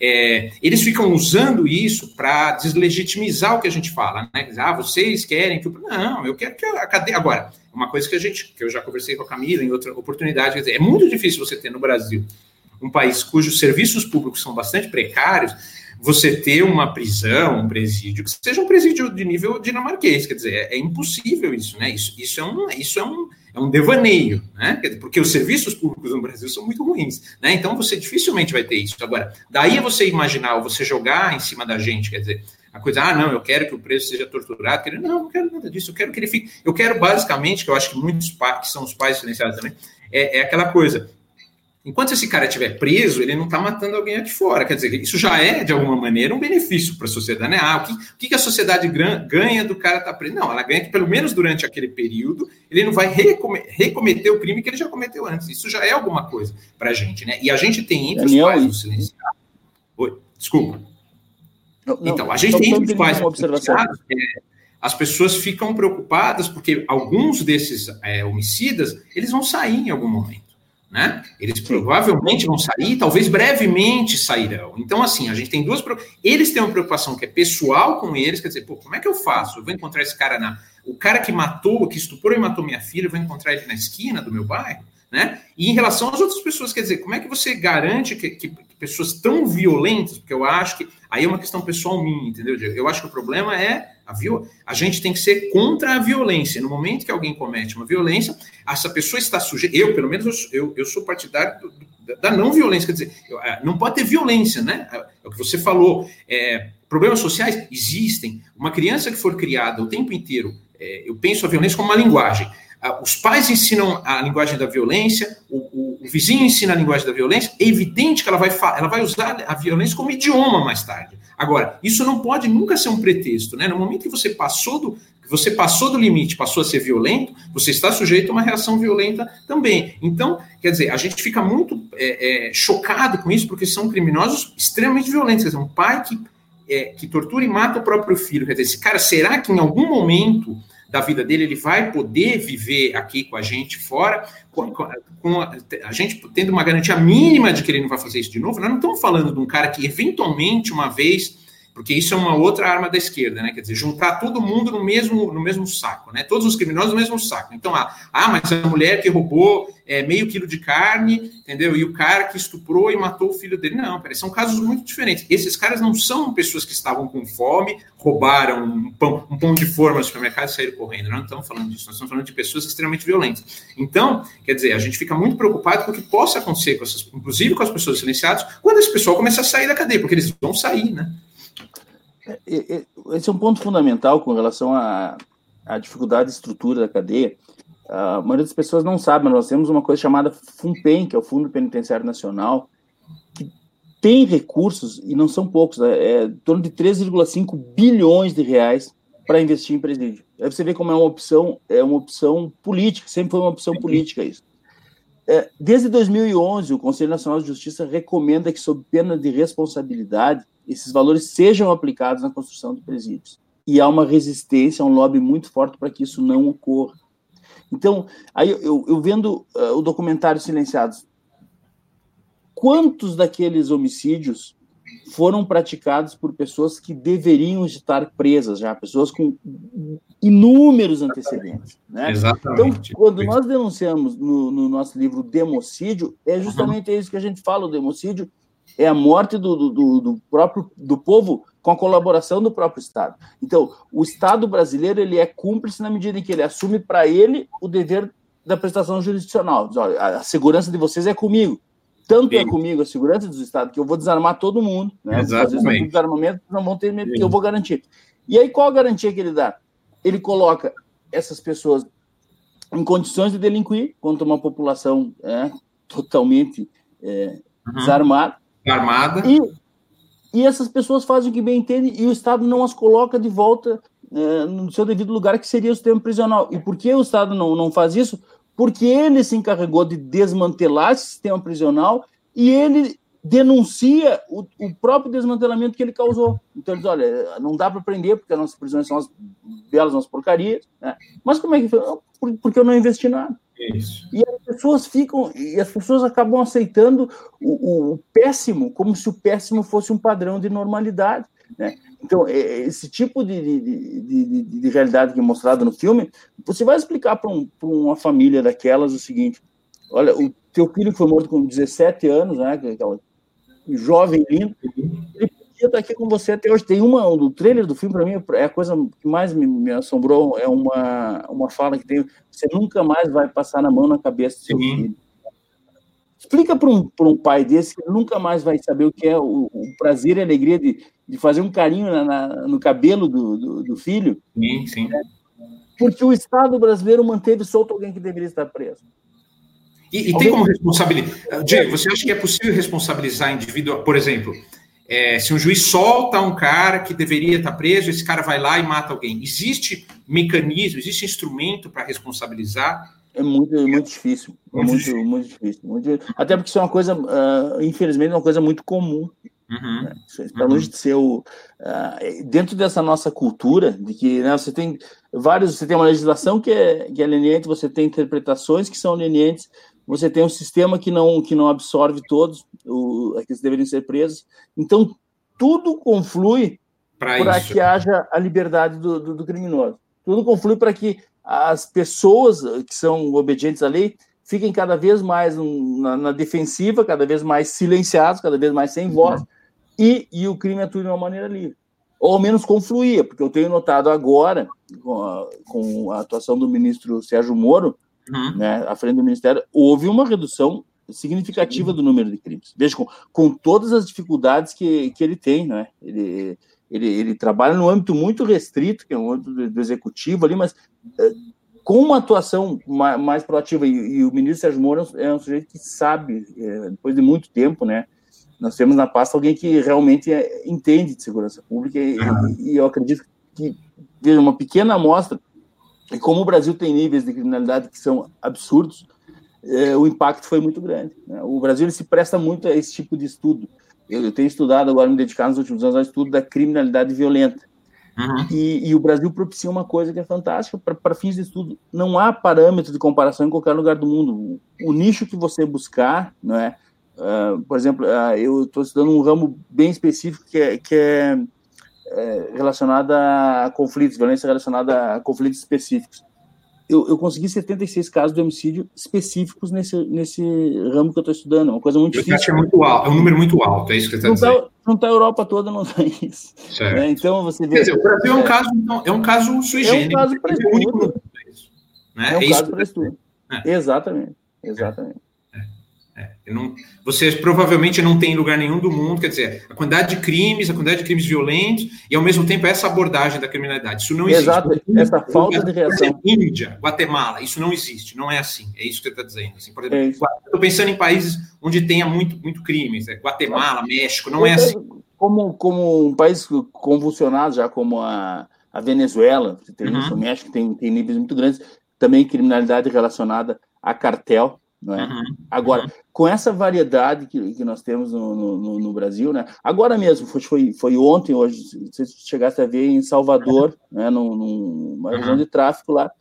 S3: é, eles ficam usando isso para deslegitimizar o que a gente fala, né? Ah, vocês querem que... Não, eu quero que a cadeia... Agora, uma coisa que a gente, que eu já conversei com a Camila em outra oportunidade, quer dizer, é muito difícil você ter no Brasil um país cujos serviços públicos são bastante precários, você ter uma prisão, um presídio, que seja um presídio de nível dinamarquês, quer dizer, é, é impossível isso, né? Isso, isso, é, um, isso é, um, é um devaneio, né? Porque os serviços públicos no Brasil são muito ruins, né? Então você dificilmente vai ter isso. Agora, daí é você imaginar, ou você jogar em cima da gente, quer dizer, a coisa, ah, não, eu quero que o preso seja torturado, quero, não, não quero nada disso, eu quero que ele fique, eu quero basicamente, que eu acho que muitos pais, que são os pais silenciados também, é, é aquela coisa. Enquanto esse cara estiver preso, ele não está matando alguém aqui fora. Quer dizer, isso já é, de alguma maneira, um benefício para a sociedade. Né? Ah, o que, o que a sociedade ganha do cara estar tá preso? Não, ela ganha que, pelo menos durante aquele período, ele não vai recome- recometer o crime que ele já cometeu antes. Isso já é alguma coisa para a gente. Né? E a gente tem entre
S2: Daniel,
S3: os pais do silenciado... Oi, desculpa. Não, não, então, a gente tem entre os pais do silenciado... É, as pessoas ficam preocupadas porque alguns desses é, homicidas, eles vão sair em algum momento. Né? Eles provavelmente vão sair, talvez brevemente sairão. Então, assim, a gente tem duas... Eles têm uma preocupação que é pessoal com eles, quer dizer, pô, como é que eu faço? Eu vou encontrar esse cara na... O cara que matou, que estuprou e matou minha filha, eu vou encontrar ele na esquina do meu bairro, né? E em relação às outras pessoas, quer dizer, como é que você garante que, que, que pessoas tão violentas, porque eu acho que... Aí é uma questão pessoal minha, entendeu, Diego? Eu acho que o problema é... A, viol... a gente tem que ser contra a violência. No momento que alguém comete uma violência, essa pessoa está sujeita... Eu, pelo menos, eu, eu sou partidário do, do, da não violência. Quer dizer, eu, não pode ter violência, né? É o que você falou. É, problemas sociais existem. Uma criança que for criada o tempo inteiro, é, eu penso a violência como uma linguagem. Os pais ensinam a linguagem da violência, o, o, o vizinho ensina a linguagem da violência, é evidente que ela vai, ela vai usar a violência como idioma mais tarde. Agora, isso não pode nunca ser um pretexto, né? No momento que você passou do, que você passou do limite, passou a ser violento, você está sujeito a uma reação violenta também. Então, quer dizer, a gente fica muito é, é, chocado com isso, porque são criminosos extremamente violentos. Quer dizer, um pai que é, que tortura e mata o próprio filho. Quer dizer, esse cara, será que em algum momento da vida dele ele vai poder viver aqui com a gente fora, com, com, com a, a gente tendo uma garantia mínima de que ele não vai fazer isso de novo? Nós não estamos falando de um cara que eventualmente uma vez, porque isso é uma outra arma da esquerda, né? Quer dizer, juntar todo mundo no mesmo, no mesmo saco, né? Todos os criminosos no mesmo saco. Então, ah, ah mas a mulher que roubou é, meio quilo de carne, entendeu? E o cara que estuprou e matou o filho dele. Não, peraí, são casos muito diferentes. Esses caras não são pessoas que estavam com fome, roubaram um pão, um pão de forma no supermercado e saíram correndo. Não estamos falando disso, nós estamos falando de pessoas extremamente violentas. Então, quer dizer, a gente fica muito preocupado com o que possa acontecer, com essas, inclusive com as pessoas silenciadas, quando esse pessoal começa a sair da cadeia, porque eles vão sair, né?
S2: Esse é um ponto fundamental com relação à, à dificuldade de estrutura da cadeia. A maioria das pessoas não sabe, mas nós temos uma coisa chamada FUNPEN, que é o Fundo Penitenciário Nacional, que tem recursos, e não são poucos, né? É em torno de três vírgula cinco bilhões de reais para investir em presídio. Aí você vê como é uma opção, é uma opção política, sempre foi uma opção política isso. É, desde dois mil e onze, o Conselho Nacional de Justiça recomenda que, sob pena de responsabilidade, esses valores sejam aplicados na construção de presídios. E há uma resistência, um lobby muito forte para que isso não ocorra. Então, aí eu, eu vendo uh, o documentário Silenciados, quantos daqueles homicídios foram praticados por pessoas que deveriam estar presas já, pessoas com inúmeros antecedentes, né?
S3: Exatamente.
S2: Então, quando nós denunciamos no, no nosso livro Democídio, é justamente uhum. isso que a gente fala, o democídio é a morte do, do, do próprio do povo com a colaboração do próprio Estado. Então, o Estado brasileiro ele é cúmplice na medida em que ele assume para ele o dever da prestação jurisdicional. Diz, olha, a segurança de vocês é comigo. Tanto Sim. é comigo a segurança do Estado que eu vou desarmar todo mundo. Né? Exatamente. Fazer desarmamento, não vão ter medo, que eu vou garantir. E aí, qual a garantia que ele dá? Ele coloca essas pessoas em condições de delinquir contra uma população é, totalmente é, uhum. desarmada.
S3: Armada.
S2: E, e essas pessoas fazem o que bem entendem e o Estado não as coloca de volta é, no seu devido lugar, que seria o sistema prisional. E por que o Estado não, não faz isso? Porque ele se encarregou de desmantelar esse sistema prisional e ele denuncia o, o próprio desmantelamento que ele causou. Então, ele diz, olha, não dá para prender porque as nossas prisões são as belas, nossas porcarias, né? Mas como é que foi? Porque eu não investi nada.
S3: Isso.
S2: E as pessoas ficam, e as pessoas acabam aceitando o, o, o péssimo como se o péssimo fosse um padrão de normalidade, né? Então, esse tipo de, de, de, de, de realidade que é mostrado no filme, você vai explicar para um, uma família daquelas o seguinte: olha, o teu filho que foi morto com dezessete anos, né, aquela jovem lindo, ele podia estar aqui com você até hoje. Tem uma, o trailer do filme, para mim, é a coisa que mais me, me assombrou, é uma, uma fala que tem: você nunca mais vai passar na mão na cabeça do seu Sim. filho. Explica para um, para um pai desse que nunca mais vai saber o que é o, o prazer e a alegria de, de fazer um carinho na, na, no cabelo do, do, do filho.
S3: Sim, sim.
S2: Né? Porque o Estado brasileiro manteve solto alguém que deveria estar preso.
S3: E, e tem como responsabilizar... Diego, você acha que é possível responsabilizar indivíduo, por exemplo, é, se um juiz solta um cara que deveria estar preso, esse cara vai lá e mata alguém. Existe mecanismo, existe instrumento para responsabilizar?
S2: É muito, muito difícil, muito, muito, difícil. muito difícil. Muito, até porque isso é uma coisa, uh, infelizmente, uma coisa muito comum.
S3: Uhum.
S2: Né? Está longe uhum. de ser o... Uh, dentro dessa nossa cultura, de que né, você tem vários... Você tem uma legislação que é, que é leniente, você tem interpretações que são lenientes, você tem um sistema que não, que não absorve todos, o, aqueles deveriam ser presos. Então, tudo conflui para que haja a liberdade do, do, do criminoso. Tudo conflui para que as pessoas que são obedientes à lei fiquem cada vez mais na, na defensiva, cada vez mais silenciados, cada vez mais sem voz, uhum. e, e o crime atua de uma maneira livre. Ou ao menos confluía, porque eu tenho notado agora, com a, com a atuação do ministro Sérgio Moro, uhum. né, à frente do Ministério, houve uma redução significativa uhum. do número de crimes. Veja, com, com todas as dificuldades que, que ele tem, né? Ele... Ele, ele trabalha num âmbito muito restrito, que é um âmbito do, do executivo ali, mas é, com uma atuação mais, mais proativa, e, e o ministro Sérgio Moro é um sujeito que sabe, é, depois de muito tempo, né, nós temos na pasta alguém que realmente é, entende de segurança pública, e, uhum. e, e eu acredito que, veja, uma pequena amostra, e como o Brasil tem níveis de criminalidade que são absurdos, é, o impacto foi muito grande. Né? O Brasil ele se presta muito a esse tipo de estudo. eu tenho estudado agora, me dedicar nos últimos anos ao estudo da criminalidade violenta. Uhum. E, e o Brasil propicia uma coisa que é fantástica para fins de estudo. Não há parâmetro de comparação em qualquer lugar do mundo. O, o nicho que você buscar, não é? Uh, por exemplo, uh, eu estou estudando um ramo bem específico que é, que é, é relacionado a conflitos, violência relacionada a conflitos específicos. Eu, eu consegui setenta e seis casos de homicídio específicos nesse, nesse ramo que eu estou estudando. É uma coisa muito eu difícil.
S3: Acho que é muito alto, é um número muito alto, é isso que você está dizendo.
S2: Não está a Europa toda, não está isso. Né? Então, você vê...
S3: Quer dizer, o Brasil é um caso, então, é um caso sui generis.
S2: É um caso para estudo.
S3: Né?
S2: É um
S3: é
S2: caso para estudo. É. Exatamente, exatamente.
S3: É, eu não, você provavelmente não tem em lugar nenhum do mundo, quer dizer, a quantidade de crimes, a quantidade de crimes violentos e, ao mesmo tempo, essa abordagem da criminalidade. Isso não existe.
S2: Exato, essa falta de reação.
S3: Índia, Guatemala, isso não existe, não é assim. É isso que você está dizendo. Assim, por exemplo, é estou pensando em países onde tenha muito, muito crimes, né? Guatemala, é. México, não é assim.
S2: Como, como um país convulsionado, já como a, a Venezuela, você tem uhum. isso, o México tem, tem níveis muito grandes, também criminalidade relacionada a cartel. Não é? Uhum, agora, uhum. com essa variedade que, que nós temos no, no, no Brasil, né? Agora mesmo, foi, foi ontem, hoje, se você chegasse a ver em Salvador, uhum. né? Num, numa uhum. região de tráfico lá,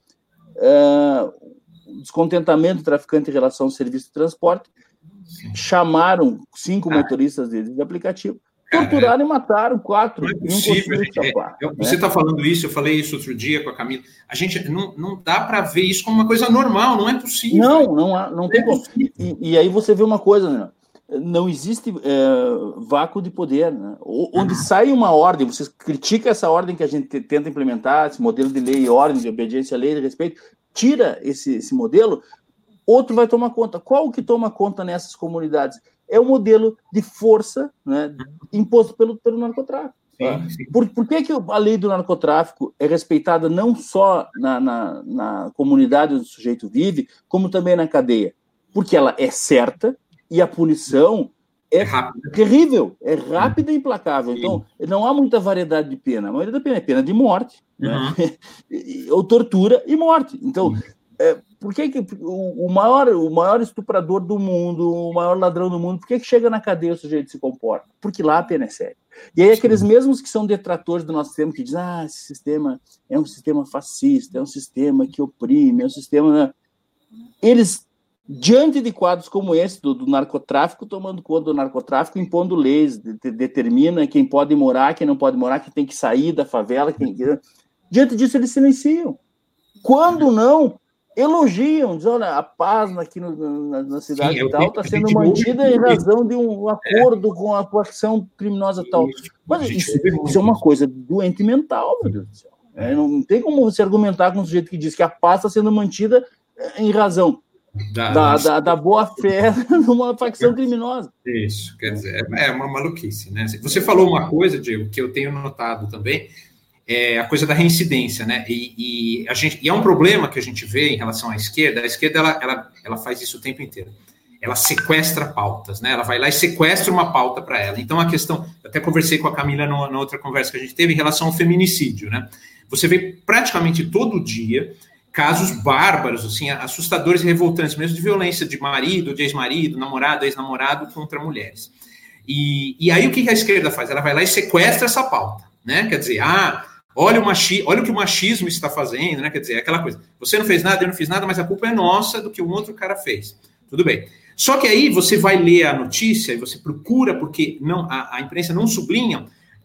S2: uh, descontentamento do traficante em relação ao serviço de transporte, Sim. chamaram cinco ah. motoristas deles de aplicativo, torturaram é, e mataram quatro.
S3: Não é possível, gente. É, eu, você está né? falando isso, eu falei isso outro dia com a Camila. A gente não, não dá para ver isso como uma coisa normal, não é possível.
S2: Não, não, há, não, não tem é como. E, e aí você vê uma coisa, né? Não existe é, vácuo de poder. Né? Onde uhum. sai uma ordem, você critica essa ordem que a gente tenta implementar, esse modelo de lei e ordem, de obediência à lei, de respeito, tira esse, esse modelo, outro vai tomar conta. Qual que toma conta nessas comunidades? É o modelo de força, né, imposto pelo, pelo narcotráfico. Sim, sim. Por, por que, que a lei do narcotráfico é respeitada não só na, na, na comunidade onde o sujeito vive, como também na cadeia? Porque ela é certa e a punição é, é terrível, é rápida e implacável. Então, não há muita variedade de pena. A maioria da pena é pena de morte, uhum. né? ou tortura e morte. Então, é, por que, que o, o, maior, o maior estuprador do mundo, o maior ladrão do mundo, por que, que chega na cadeia o sujeito se comporta? Porque lá a pena é séria. E aí aqueles mesmos que são detratores do nosso sistema, que dizem, ah, esse sistema é um sistema fascista, é um sistema que oprime, é um sistema... Eles, diante de quadros como esse, do, do narcotráfico, tomando conta do narcotráfico, impondo leis, de, de, determina quem pode morar, quem não pode morar, quem tem que sair da favela, quem... Diante disso, eles silenciam. Quando não... elogiam, dizem, olha, a paz aqui no, na, na cidade Sim, tal está sendo mantida em razão de um acordo é. com a facção criminosa tal. Mas isso, isso é uma coisa doente mental, meu Deus do céu. É, não tem como você argumentar com um sujeito que diz que a paz está sendo mantida em razão da, da, da, da boa-fé numa facção criminosa.
S3: Isso, quer dizer, é uma maluquice, né? Você falou uma coisa, Diego, que eu tenho notado também, é a coisa da reincidência, né? E, e, a gente, e é um problema que a gente vê em relação à esquerda. A esquerda, ela, ela, ela faz isso o tempo inteiro. Ela sequestra pautas, né? Ela vai lá e sequestra uma pauta para ela. Então, a questão... Eu até conversei com a Camila no, na outra conversa que a gente teve em relação ao feminicídio, né? Você vê praticamente todo dia casos bárbaros, assim, assustadores e revoltantes, mesmo de violência de marido, de ex-marido, namorado, ex-namorado contra mulheres. E, e aí, o que a esquerda faz? Ela vai lá e sequestra essa pauta, né? Quer dizer, ah... Olha o, machi, olha o que o machismo está fazendo, né? Quer dizer, é aquela coisa. Você não fez nada, eu não fiz nada, mas a culpa é nossa do que um outro cara fez. Tudo bem. Só que aí você vai ler a notícia e você procura, porque não, a, a imprensa não sublinha.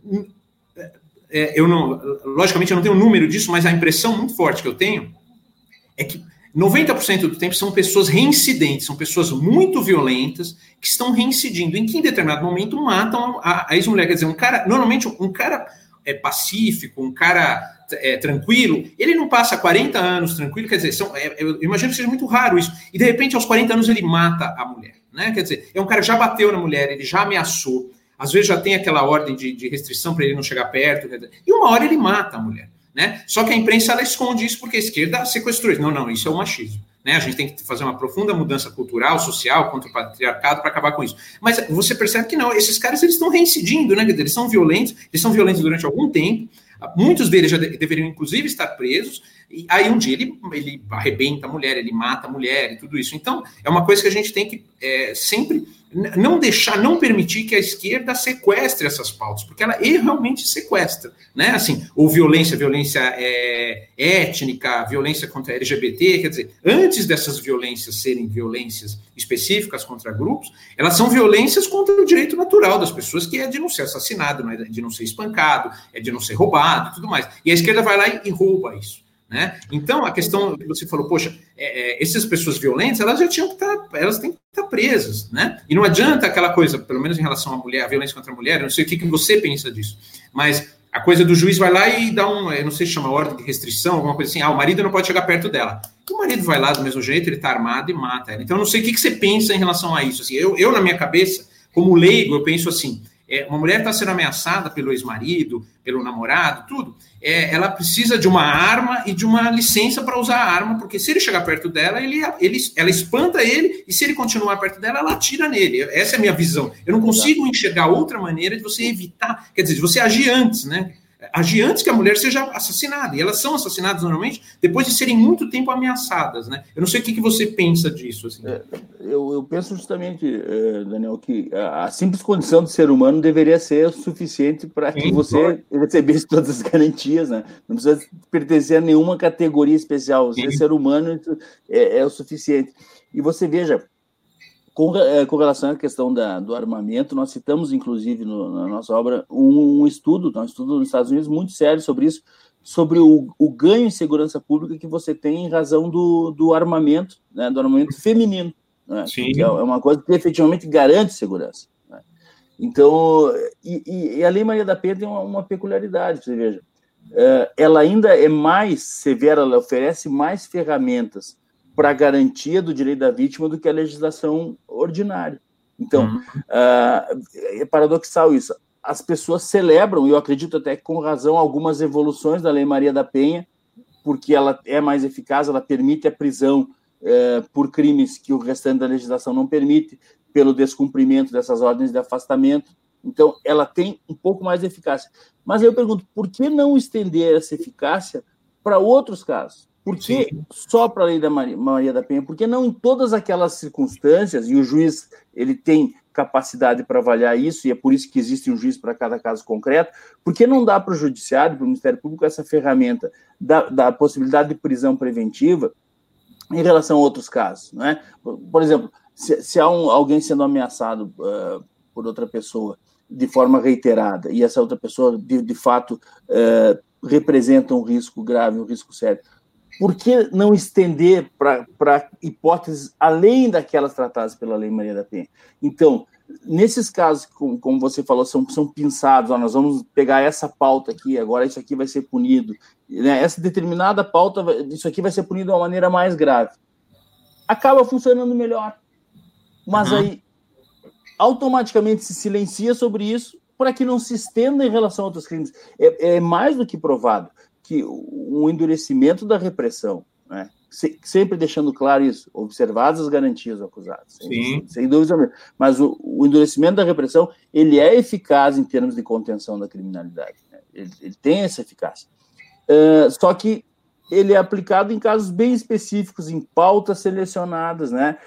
S3: É, eu não, logicamente, eu não tenho um número disso, mas a impressão muito forte que eu tenho é que noventa por cento do tempo são pessoas reincidentes, são pessoas muito violentas que estão reincidindo, em que em determinado momento matam a, a ex-mulher. Quer dizer, um cara, normalmente um cara... é pacífico, um cara é, tranquilo, ele não passa quarenta anos tranquilo, quer dizer, são, é, eu imagino que seja muito raro isso, e de repente aos quarenta anos ele mata a mulher, né? Quer dizer, é um cara que já bateu na mulher, ele já ameaçou, às vezes já tem aquela ordem de, de restrição para ele não chegar perto, quer dizer, e uma hora ele mata a mulher, né? Só que a imprensa ela esconde isso porque a esquerda sequestrou isso. Não, não, isso é o machismo. Né? A gente tem que fazer uma profunda mudança cultural, social, contra o patriarcado para acabar com isso. Mas você percebe que não, esses caras eles estão reincidindo, né? Eles são violentos, eles são violentos durante algum tempo, muitos deles já de- deveriam inclusive estar presos, e aí um dia ele, ele arrebenta a mulher, ele mata a mulher e tudo isso. Então, é uma coisa que a gente tem que é, sempre não deixar, não permitir que a esquerda sequestre essas pautas, porque ela realmente sequestra, né? Assim, ou violência, violência é, étnica, violência contra L G B T, quer dizer, antes dessas violências serem violências específicas contra grupos, elas são violências contra o direito natural das pessoas, que é de não ser assassinado, não é de não ser espancado, é de não ser roubado e tudo mais. E a esquerda vai lá e, e rouba isso. Né? Então, a questão que você falou, poxa, é, é, essas pessoas violentas, elas já tinham que estar, elas têm que estar presas, né? E não adianta aquela coisa, pelo menos em relação à mulher, a violência contra a mulher, eu não sei o que, que você pensa disso, mas a coisa do juiz vai lá e dá um, eu não sei se chama ordem de restrição, alguma coisa assim, ah, o marido não pode chegar perto dela. O marido vai lá do mesmo jeito, ele está armado e mata ela. Então, eu não sei o que, que você pensa em relação a isso. Assim, eu, eu, na minha cabeça, como leigo, eu penso assim, é, uma mulher está sendo ameaçada pelo ex-marido, pelo namorado, tudo, é, ela precisa de uma arma e de uma licença para usar a arma, porque se ele chegar perto dela, ele, ele, ela espanta ele, e se ele continuar perto dela, ela atira nele. Essa é a minha visão. Eu não consigo enxergar outra maneira de você evitar, quer dizer, de você agir antes, né? Agir antes que a mulher seja assassinada. E elas são assassinadas normalmente depois de serem muito tempo ameaçadas, né? Eu não sei o que, que você pensa disso. Assim.
S2: É, eu, eu penso justamente, Daniel, que a simples condição de ser humano deveria ser o suficiente para que você recebesse todas as garantias, né? Não precisa pertencer a nenhuma categoria especial. Você ser humano é, é o suficiente. E você veja, Com, com relação à questão da, do armamento, nós citamos, inclusive, no, na nossa obra, um, um estudo, um estudo nos Estados Unidos muito sério sobre isso, sobre o, o ganho em segurança pública que você tem em razão do, do armamento, né, do armamento feminino, né, que é uma coisa que efetivamente garante segurança. Né. Então, e, e a Lei Maria da Penha tem uma, uma peculiaridade, você veja, ela ainda é mais severa, ela oferece mais ferramentas para a garantia do direito da vítima do que a legislação ordinária. Então, uhum. uh, é paradoxal isso. As pessoas celebram, e eu acredito até que com razão, algumas evoluções da Lei Maria da Penha, porque ela é mais eficaz, ela permite a prisão uh, por crimes que o restante da legislação não permite, pelo descumprimento dessas ordens de afastamento. Então, ela tem um pouco mais de eficácia. Mas eu pergunto, por que não estender essa eficácia para outros casos? Por que só para a Lei da Maria da Penha? Por que não em todas aquelas circunstâncias, e o juiz ele tem capacidade para avaliar isso, e é por isso que existe um juiz para cada caso concreto, por que não dá para o Judiciário, para o Ministério Público, essa ferramenta da, da possibilidade de prisão preventiva em relação a outros casos? Né? Por exemplo, se, se há um, alguém sendo ameaçado uh, por outra pessoa de forma reiterada, e essa outra pessoa, de, de fato, uh, representa um risco grave, um risco sério, por que não estender para hipóteses além daquelas tratadas pela Lei Maria da Penha? Então, nesses casos, como, como você falou, são, são pinçados, ó, nós vamos pegar essa pauta aqui, agora isso aqui vai ser punido, né? Essa determinada pauta, isso aqui vai ser punido de uma maneira mais grave. Acaba funcionando melhor. Mas uhum. aí, automaticamente se silencia sobre isso para que não se estenda em relação a outros crimes. É, é mais do que provado que o endurecimento da repressão, né, sempre deixando claro isso, observadas as garantias do acusado, sem, sem dúvida, mas o, o endurecimento da repressão, ele é eficaz em termos de contenção da criminalidade, né, ele, ele tem essa eficácia, uh, só que ele é aplicado em casos bem específicos, em pautas selecionadas, né,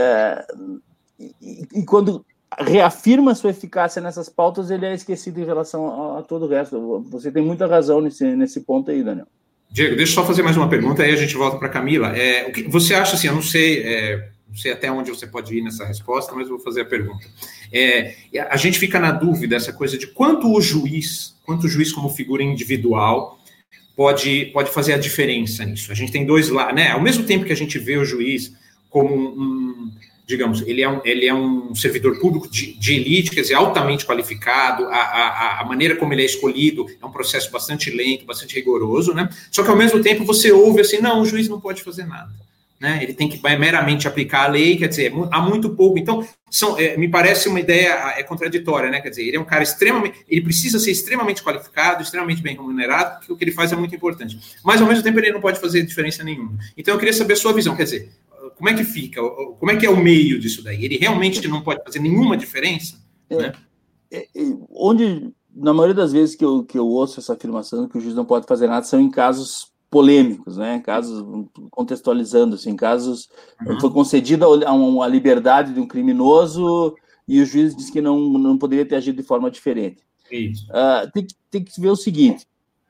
S2: uh, e, e quando reafirma sua eficácia nessas pautas, ele é esquecido em relação a, a todo o resto. Você tem muita razão nesse, nesse ponto aí, Daniel.
S3: Diego, deixa eu só fazer mais uma pergunta, aí a gente volta para a Camila. É, o que você acha, assim, eu não sei, é, não sei até onde você pode ir nessa resposta, mas eu vou fazer a pergunta. É, a gente fica na dúvida, essa coisa de quanto o juiz, quanto o juiz como figura individual pode, pode fazer a diferença nisso. A gente tem dois lados, né? Ao mesmo tempo que a gente vê o juiz como um... digamos, ele é um, ele é um servidor público de, de elite, quer dizer, altamente qualificado, a, a, a maneira como ele é escolhido é um processo bastante lento, bastante rigoroso, né? Só que, ao mesmo tempo, você ouve assim, não, o juiz não pode fazer nada, né? Ele tem que meramente aplicar a lei, quer dizer, há muito pouco. Então, são, é, me parece uma ideia é, contraditória, né? Quer dizer, ele é um cara extremamente, ele precisa ser extremamente qualificado, extremamente bem remunerado, porque o que ele faz é muito importante. Mas, ao mesmo tempo, ele não pode fazer diferença nenhuma. Então, eu queria saber a sua visão, quer dizer, como é que fica? Como é que é o meio disso daí? Ele realmente não pode fazer nenhuma diferença?
S2: É,
S3: né?
S2: é, é, onde, na maioria das vezes que eu, que eu ouço essa afirmação que o juiz não pode fazer nada, são em casos polêmicos, né? Casos, contextualizando, assim, casos uhum. foi concedida a, a liberdade de um criminoso e o juiz disse que não, não poderia ter agido de forma diferente.
S3: Isso.
S2: Uh, tem, tem que ver o seguinte,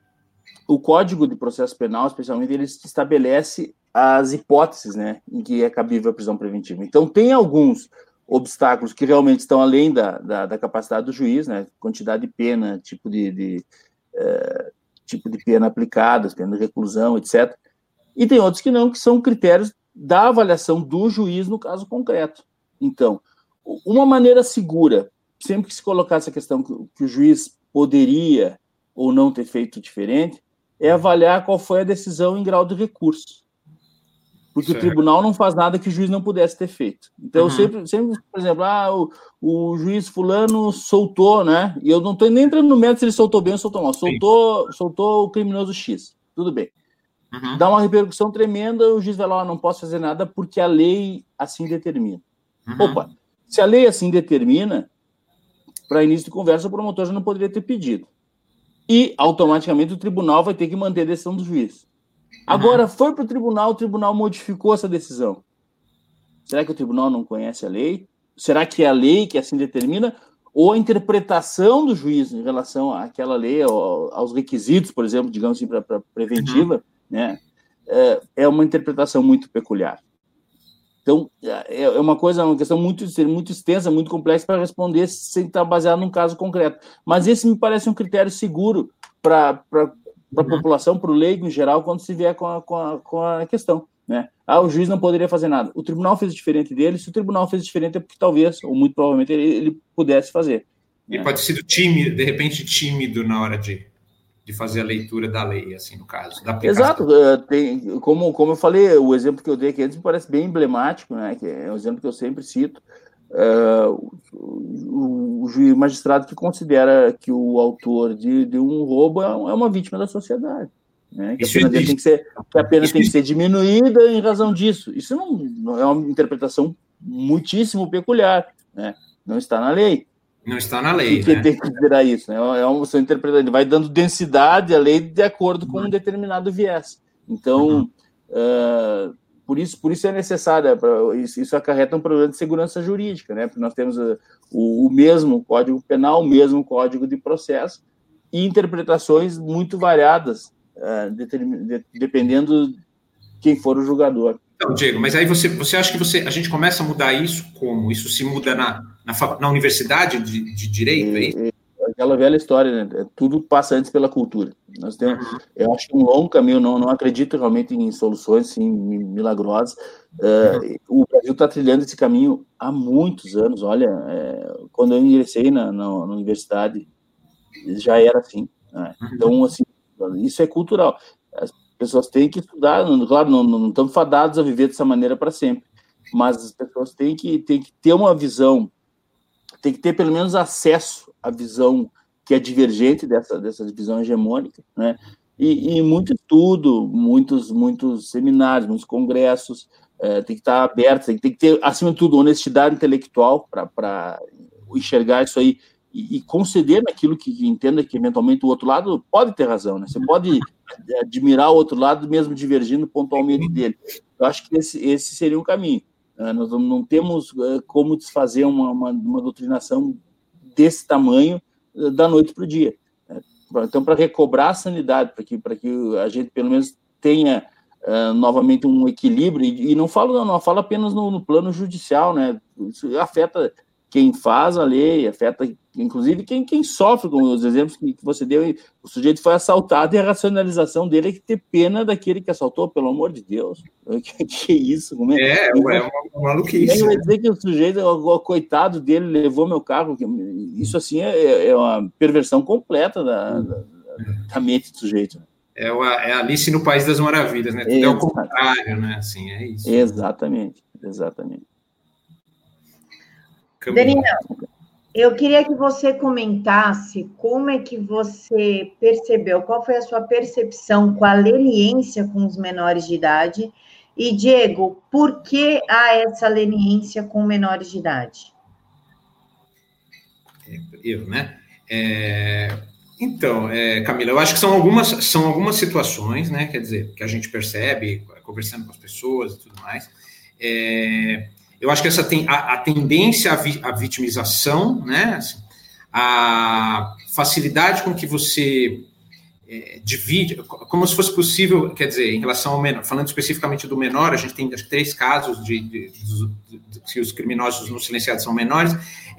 S2: o Código de Processo Penal, especialmente, ele estabelece as hipóteses, né, em que é cabível a prisão preventiva. Então, tem alguns obstáculos que realmente estão além da, da, da capacidade do juiz, né, quantidade de pena, tipo de, de, uh, tipo de pena aplicada, pena de reclusão, etcétera. E tem outros que não, que são critérios da avaliação do juiz no caso concreto. Então, uma maneira segura, sempre que se colocar essa questão que, que o juiz poderia ou não ter feito diferente, é avaliar qual foi a decisão em grau de recurso. Porque certo. O tribunal não faz nada que o juiz não pudesse ter feito. Então, uhum. eu sempre, sempre, por exemplo, ah, o, o juiz fulano soltou, né? E eu não estou nem entrando no mérito se ele soltou bem ou soltou mal. Soltou, soltou o criminoso X. Tudo bem. Uhum. Dá uma repercussão tremenda, o juiz vai lá, ah, não posso fazer nada porque a lei assim determina. Uhum. Opa, se a lei assim determina, para início de conversa, o promotor já não poderia ter pedido. E, automaticamente, o tribunal vai ter que manter a decisão do juiz. Agora, foi para o tribunal, o tribunal modificou essa decisão. Será que o tribunal não conhece a lei? Será que é a lei que assim determina? Ou a interpretação do juiz em relação àquela lei, aos requisitos, por exemplo, digamos assim, para preventiva, uhum. né? É, é uma interpretação muito peculiar. Então, é uma coisa, uma questão muito, muito extensa, muito complexa para responder sem estar baseado num caso concreto. Mas esse me parece um critério seguro para a uhum. população, para o leigo em geral, quando se vier com a, com a, com a questão. Né? Ah, o juiz não poderia fazer nada. O tribunal fez diferente dele. Se o tribunal fez diferente é porque talvez, ou muito provavelmente, ele, ele pudesse fazer.
S3: Ele
S2: né?
S3: pode ser tímido, de repente tímido na hora de... de fazer a leitura da lei, assim, no caso. Da
S2: Exato. Tem, como, como eu falei, o exemplo que eu dei aqui antes me parece bem emblemático, né? Que é um exemplo que eu sempre cito. Uh, o, o juiz magistrado que considera que o autor de, de um roubo é uma vítima da sociedade. Né? Que a pena dele tem que ser, que a pena tem que ser diminuída em razão disso. Isso não, não é uma interpretação muitíssimo peculiar. Né? Não está na lei.
S3: Não está na lei,
S2: que
S3: né?
S2: tem que considerar isso, né? É uma sua interpretação, ele vai dando densidade à lei de acordo com um determinado viés. Então, uhum. uh, por isso, por isso é necessário, isso, isso acarreta um problema de segurança jurídica, né? Porque nós temos uh, o, o mesmo Código Penal, o mesmo Código de Processo e interpretações muito variadas, uh, determin, de, dependendo de quem for o julgador.
S3: Então, Diego, mas aí você, você acha que você, a gente começa a mudar isso como? Isso se muda na, na, na universidade de, de Direito, é isso?
S2: É, é aquela velha história, né? Tudo passa antes pela cultura. Nós temos, uhum. Eu acho que um longo caminho, não, não acredito realmente em soluções assim, milagrosas. Uhum. Uh, o Brasil está trilhando esse caminho há muitos anos. Olha, é, quando eu ingressei na, na, na universidade, já era assim. Né? Uhum. Então, assim, isso é cultural. As pessoas têm que estudar, claro, não, não estamos fadados a viver dessa maneira para sempre, mas as pessoas têm que, têm que ter uma visão, tem que ter pelo menos acesso à visão que é divergente dessa, dessa visão hegemônica, né? E, e muito estudo, muitos, muitos seminários, muitos congressos, é, tem que estar aberto, tem que ter, acima de tudo, honestidade intelectual para enxergar isso aí e, e conceder naquilo que, que entenda que eventualmente o outro lado pode ter razão, né? Você pode admirar o outro lado mesmo divergindo pontualmente dele. Eu acho que esse, esse seria um caminho. Uh, nós não temos uh, como desfazer uma, uma, uma doutrinação desse tamanho uh, da noite para o dia. Uh, então, para recobrar a sanidade, para que, para que a gente pelo menos tenha uh, novamente um equilíbrio, e, e não falo não, não falo apenas no, no plano judicial, né? Isso afeta quem faz a lei, afeta inclusive quem, quem sofre, com os exemplos que, que você deu. O sujeito foi assaltado e a racionalização dele é que ter pena daquele que assaltou, pelo amor de Deus. Que, que isso? Como é,
S3: é,
S2: é
S3: uma, uma maluquice.
S2: Vai dizer que o sujeito, o, o coitado dele, levou meu carro. Isso, assim, é, é uma perversão completa da, da, da mente do sujeito.
S3: É, o, é Alice no País das Maravilhas, né? Tudo é, é o contrário, né? Assim, é isso.
S2: Exatamente, exatamente.
S1: Daniel, eu queria que você comentasse como é que você percebeu, qual foi a sua percepção com a leniência com os menores de idade, e, Diego, por que há essa leniência com menores de idade?
S3: Eu, né? É, então, é, Camila, eu acho que são algumas, são algumas situações, né? Quer dizer, que a gente percebe conversando com as pessoas e tudo mais. É, eu acho que essa tem a, a tendência à, vi, à vitimização, né? Assim, a facilidade com que você é, divide, como se fosse possível, quer dizer, em relação ao menor, falando especificamente do menor, a gente tem acho, três casos de, de, de, de, de que os criminosos não silenciados são menores,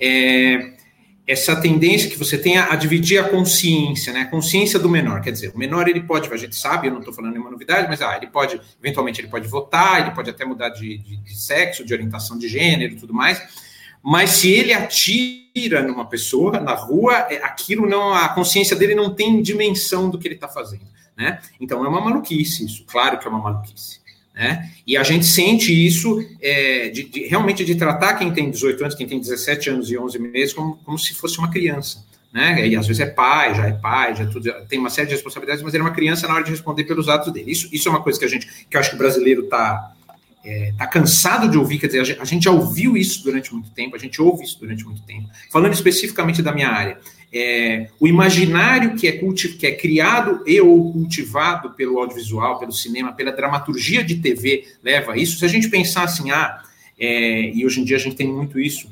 S3: é, essa tendência que você tem a, a dividir a consciência, né, a consciência do menor, quer dizer, o menor ele pode, a gente sabe, eu não estou falando nenhuma novidade, mas ah, ele pode, eventualmente ele pode votar, ele pode até mudar de, de, de sexo, de orientação de gênero e tudo mais, mas se ele atira numa pessoa na rua, aquilo não, a consciência dele não tem dimensão do que ele está fazendo, né? Então é uma maluquice isso, claro que é uma maluquice, né? E a gente sente isso é, de, de, realmente de tratar quem tem dezoito anos, quem tem dezessete anos e onze meses como, como se fosse uma criança, né? E às vezes é pai, já é pai, já tudo, tem uma série de responsabilidades, mas ele é uma criança na hora de responder pelos atos dele. Isso, isso é uma coisa que a gente, que eu acho que o brasileiro está É, tá cansado de ouvir, quer dizer, a gente, a gente já ouviu isso durante muito tempo, a gente ouve isso durante muito tempo. Falando especificamente da minha área, é, o imaginário que é, culti- que é criado e ou cultivado pelo audiovisual, pelo cinema, pela dramaturgia de T V, leva a isso. Se a gente pensar assim, ah, é, e hoje em dia a gente tem muito isso,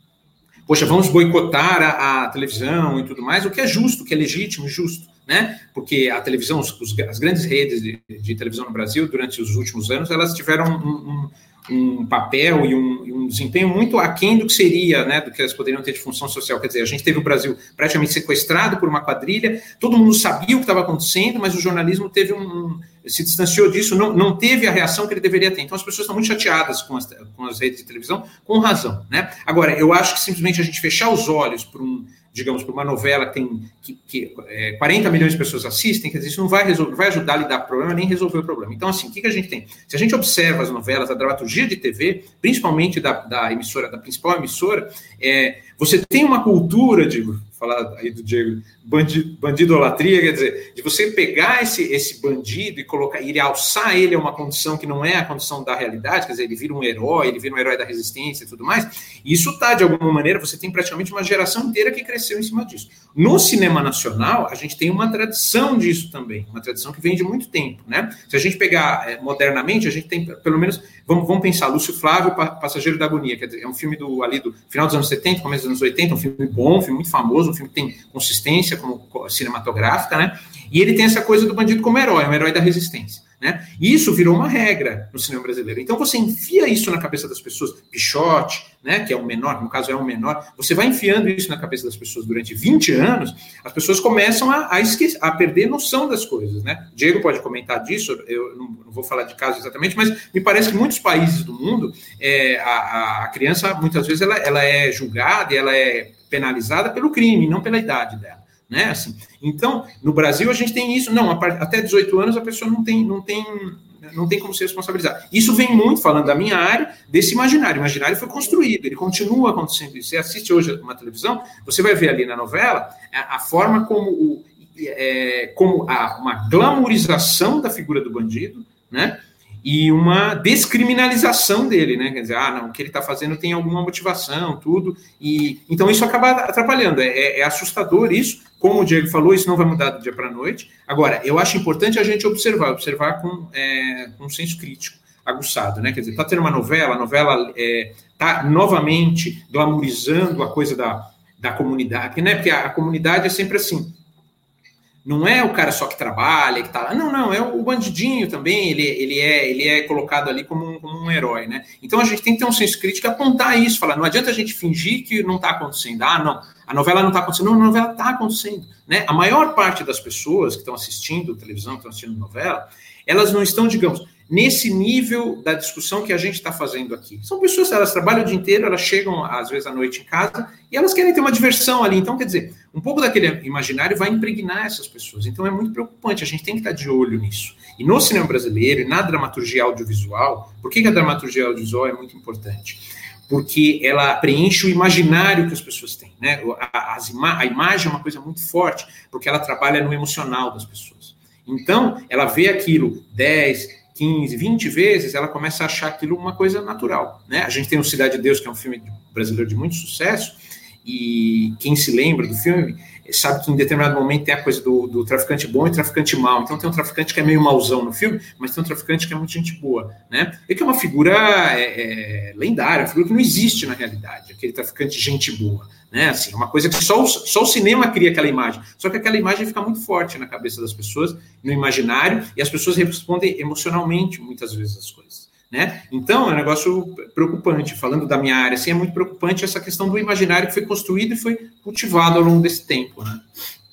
S3: poxa, vamos boicotar a, a televisão e tudo mais, o que é justo, o que é legítimo e justo, né? Porque a televisão, os, os, as grandes redes de, de televisão no Brasil, durante os últimos anos, elas tiveram um, um, um papel e um, um desempenho muito aquém do que seria, né, do que elas poderiam ter de função social. Quer dizer, a gente teve o Brasil praticamente sequestrado por uma quadrilha, todo mundo sabia o que estava acontecendo, mas o jornalismo teve um, um, se distanciou disso, não, não teve a reação que ele deveria ter. Então as pessoas estão muito chateadas com as, com as redes de televisão, com razão, né? Agora, eu acho que simplesmente a gente fechar os olhos para um, digamos, para uma novela que tem que, que, é, quarenta milhões de pessoas assistem, quer dizer, isso não vai, resolver, vai ajudar a lidar com o problema, nem resolver o problema. Então, assim, o que, que a gente tem? Se a gente observa as novelas, a dramaturgia de T V, principalmente da, da emissora, da principal emissora, é, você tem uma cultura, digo, falar aí do Diego, bandido, bandidolatria, quer dizer, de você pegar esse, esse bandido e colocar, e alçar ele a uma condição que não é a condição da realidade, quer dizer, ele vira um herói, ele vira um herói da resistência e tudo mais, e isso está, de alguma maneira, você tem praticamente uma geração inteira que cresceu em cima disso. No cinema nacional, a gente tem uma tradição disso também, uma tradição que vem de muito tempo, né? Se a gente pegar é, modernamente, a gente tem, pelo menos, vamos, vamos pensar, Lúcio Flávio, Passageiro da Agonia, quer dizer, é um filme do, ali do final dos anos setenta, começo dos anos oitenta, um filme bom, um filme muito famoso, um filme que tem consistência como cinematográfica, né? E ele tem essa coisa do bandido como herói, um herói da resistência, né? E isso virou uma regra no cinema brasileiro. Então você enfia isso na cabeça das pessoas, Pichote, né, que é um menor, no caso é um menor, você vai enfiando isso na cabeça das pessoas durante vinte anos, as pessoas começam a, a, esquecer, a perder noção das coisas, né? Diego pode comentar disso, eu não, não vou falar de casos exatamente, mas me parece que em muitos países do mundo, é, a, a criança, muitas vezes, ela, ela é julgada e ela é penalizada pelo crime, não pela idade dela, né? Assim, então, no Brasil, a gente tem isso, não, até dezoito anos a pessoa não tem, não tem, não tem como se responsabilizar. Isso vem muito, falando da minha área, desse imaginário. O imaginário foi construído, ele continua acontecendo. Você assiste hoje uma televisão, você vai ver ali na novela a, a forma como, o, é, como a, uma glamourização da figura do bandido, né? E uma descriminalização dele, né? Quer dizer, ah, não, o que ele está fazendo tem alguma motivação, tudo. E então isso acaba atrapalhando. É, é assustador isso. Como o Diego falou, isso não vai mudar do dia para a noite. Agora, eu acho importante a gente observar, observar com, é, com um senso crítico aguçado, né? Quer dizer, está tendo uma novela, a novela está é, novamente glamourizando a coisa da, da comunidade, né? Porque a, a comunidade é sempre assim. Não é o cara só que trabalha, que tá lá. Não, não, é o bandidinho também, ele, ele, é, ele é colocado ali como um, como um herói, né? Então a gente tem que ter um senso crítico e apontar isso, falar, não adianta a gente fingir que não está acontecendo. Ah, não, a novela não está acontecendo. Não, a novela está acontecendo, né? A maior parte das pessoas que estão assistindo televisão, que estão assistindo novela, elas não estão, digamos, nesse nível da discussão que a gente está fazendo aqui. São pessoas, elas trabalham o dia inteiro, elas chegam, às vezes, à noite em casa, e elas querem ter uma diversão ali. Então, quer dizer, um pouco daquele imaginário vai impregnar essas pessoas. Então, é muito preocupante, a gente tem que estar de olho nisso. E no cinema brasileiro, e na dramaturgia audiovisual, por que a dramaturgia audiovisual é muito importante? Porque ela preenche o imaginário que as pessoas têm, né? A, as ima- a imagem é uma coisa muito forte, porque ela trabalha no emocional das pessoas. Então, ela vê aquilo dez, quinze, vinte vezes, ela começa a achar aquilo uma coisa natural, né? A gente tem o Cidade de Deus, que é um filme brasileiro de muito sucesso, e quem se lembra do filme sabe que em determinado momento tem a coisa do, do traficante bom e traficante mau. Então tem um traficante que é meio mauzão no filme, mas tem um traficante que é muito gente boa, né? E que é uma figura é, é, lendária, uma figura que não existe na realidade, aquele traficante gente boa, né? Assim, uma coisa que só o, só o cinema cria aquela imagem, só que aquela imagem fica muito forte na cabeça das pessoas, no imaginário, e as pessoas respondem emocionalmente muitas vezes as coisas. Né? Então, é um negócio preocupante. Falando da minha área, assim, é muito preocupante essa questão do imaginário que foi construído e foi cultivado ao longo desse tempo. Né?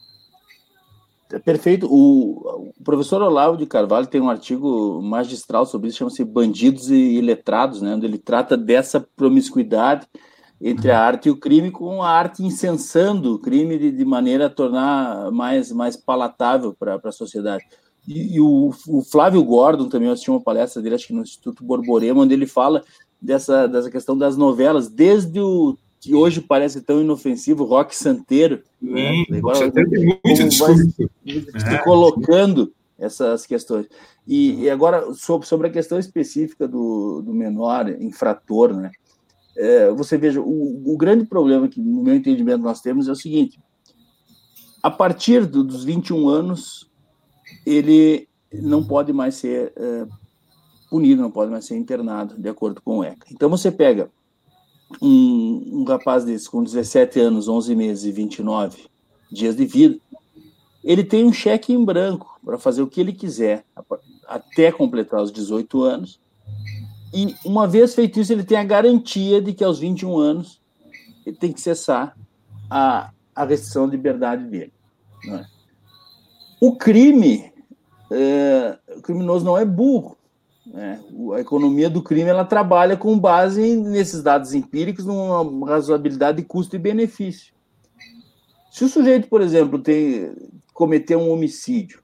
S2: É perfeito. O, o professor Olavo de Carvalho tem um artigo magistral sobre isso, chama-se Bandidos e Iletrados, né? Onde ele trata dessa promiscuidade entre a arte e o crime, com a arte incensando o crime de, de maneira a tornar mais, mais palatável para a sociedade. E, e o, o Flávio Gordon também, eu assisti uma palestra dele, acho que no Instituto Borborema, onde ele fala dessa, dessa questão das novelas, desde o que hoje parece tão inofensivo, Roque Santeiro,
S3: Sim,
S2: né? Agora,
S3: Santeiro tem muito
S2: como
S3: discurso.
S2: vai se colocando essas questões. E, e agora, sobre, sobre a questão específica do, do menor infrator, né? É, você veja, o, o grande problema que, no meu entendimento, nós temos é o seguinte: a partir do, dos vinte e um anos, ele não pode mais ser é, punido, não pode mais ser internado, de acordo com o ECA. Então, você pega um, um rapaz desse com dezessete anos, onze meses e vinte e nove dias de vida, ele tem um cheque em branco para fazer o que ele quiser até completar os dezoito anos, e uma vez feito isso, ele tem a garantia de que aos vinte e um anos ele tem que cessar a, a restrição de liberdade dele. Não é? O crime, é, o criminoso não é burro. Né? A economia do crime ela trabalha com base nesses dados empíricos, numa razoabilidade de custo e benefício. Se o sujeito, por exemplo, tem, cometer um homicídio,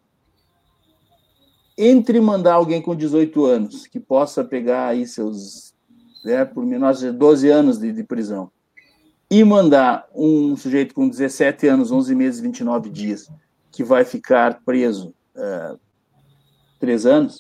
S2: entre mandar alguém com dezoito anos, que possa pegar aí seus, né, por menores de doze anos de, de prisão, e mandar um sujeito com dezessete anos, onze meses e vinte e nove dias, que vai ficar preso uh, três anos,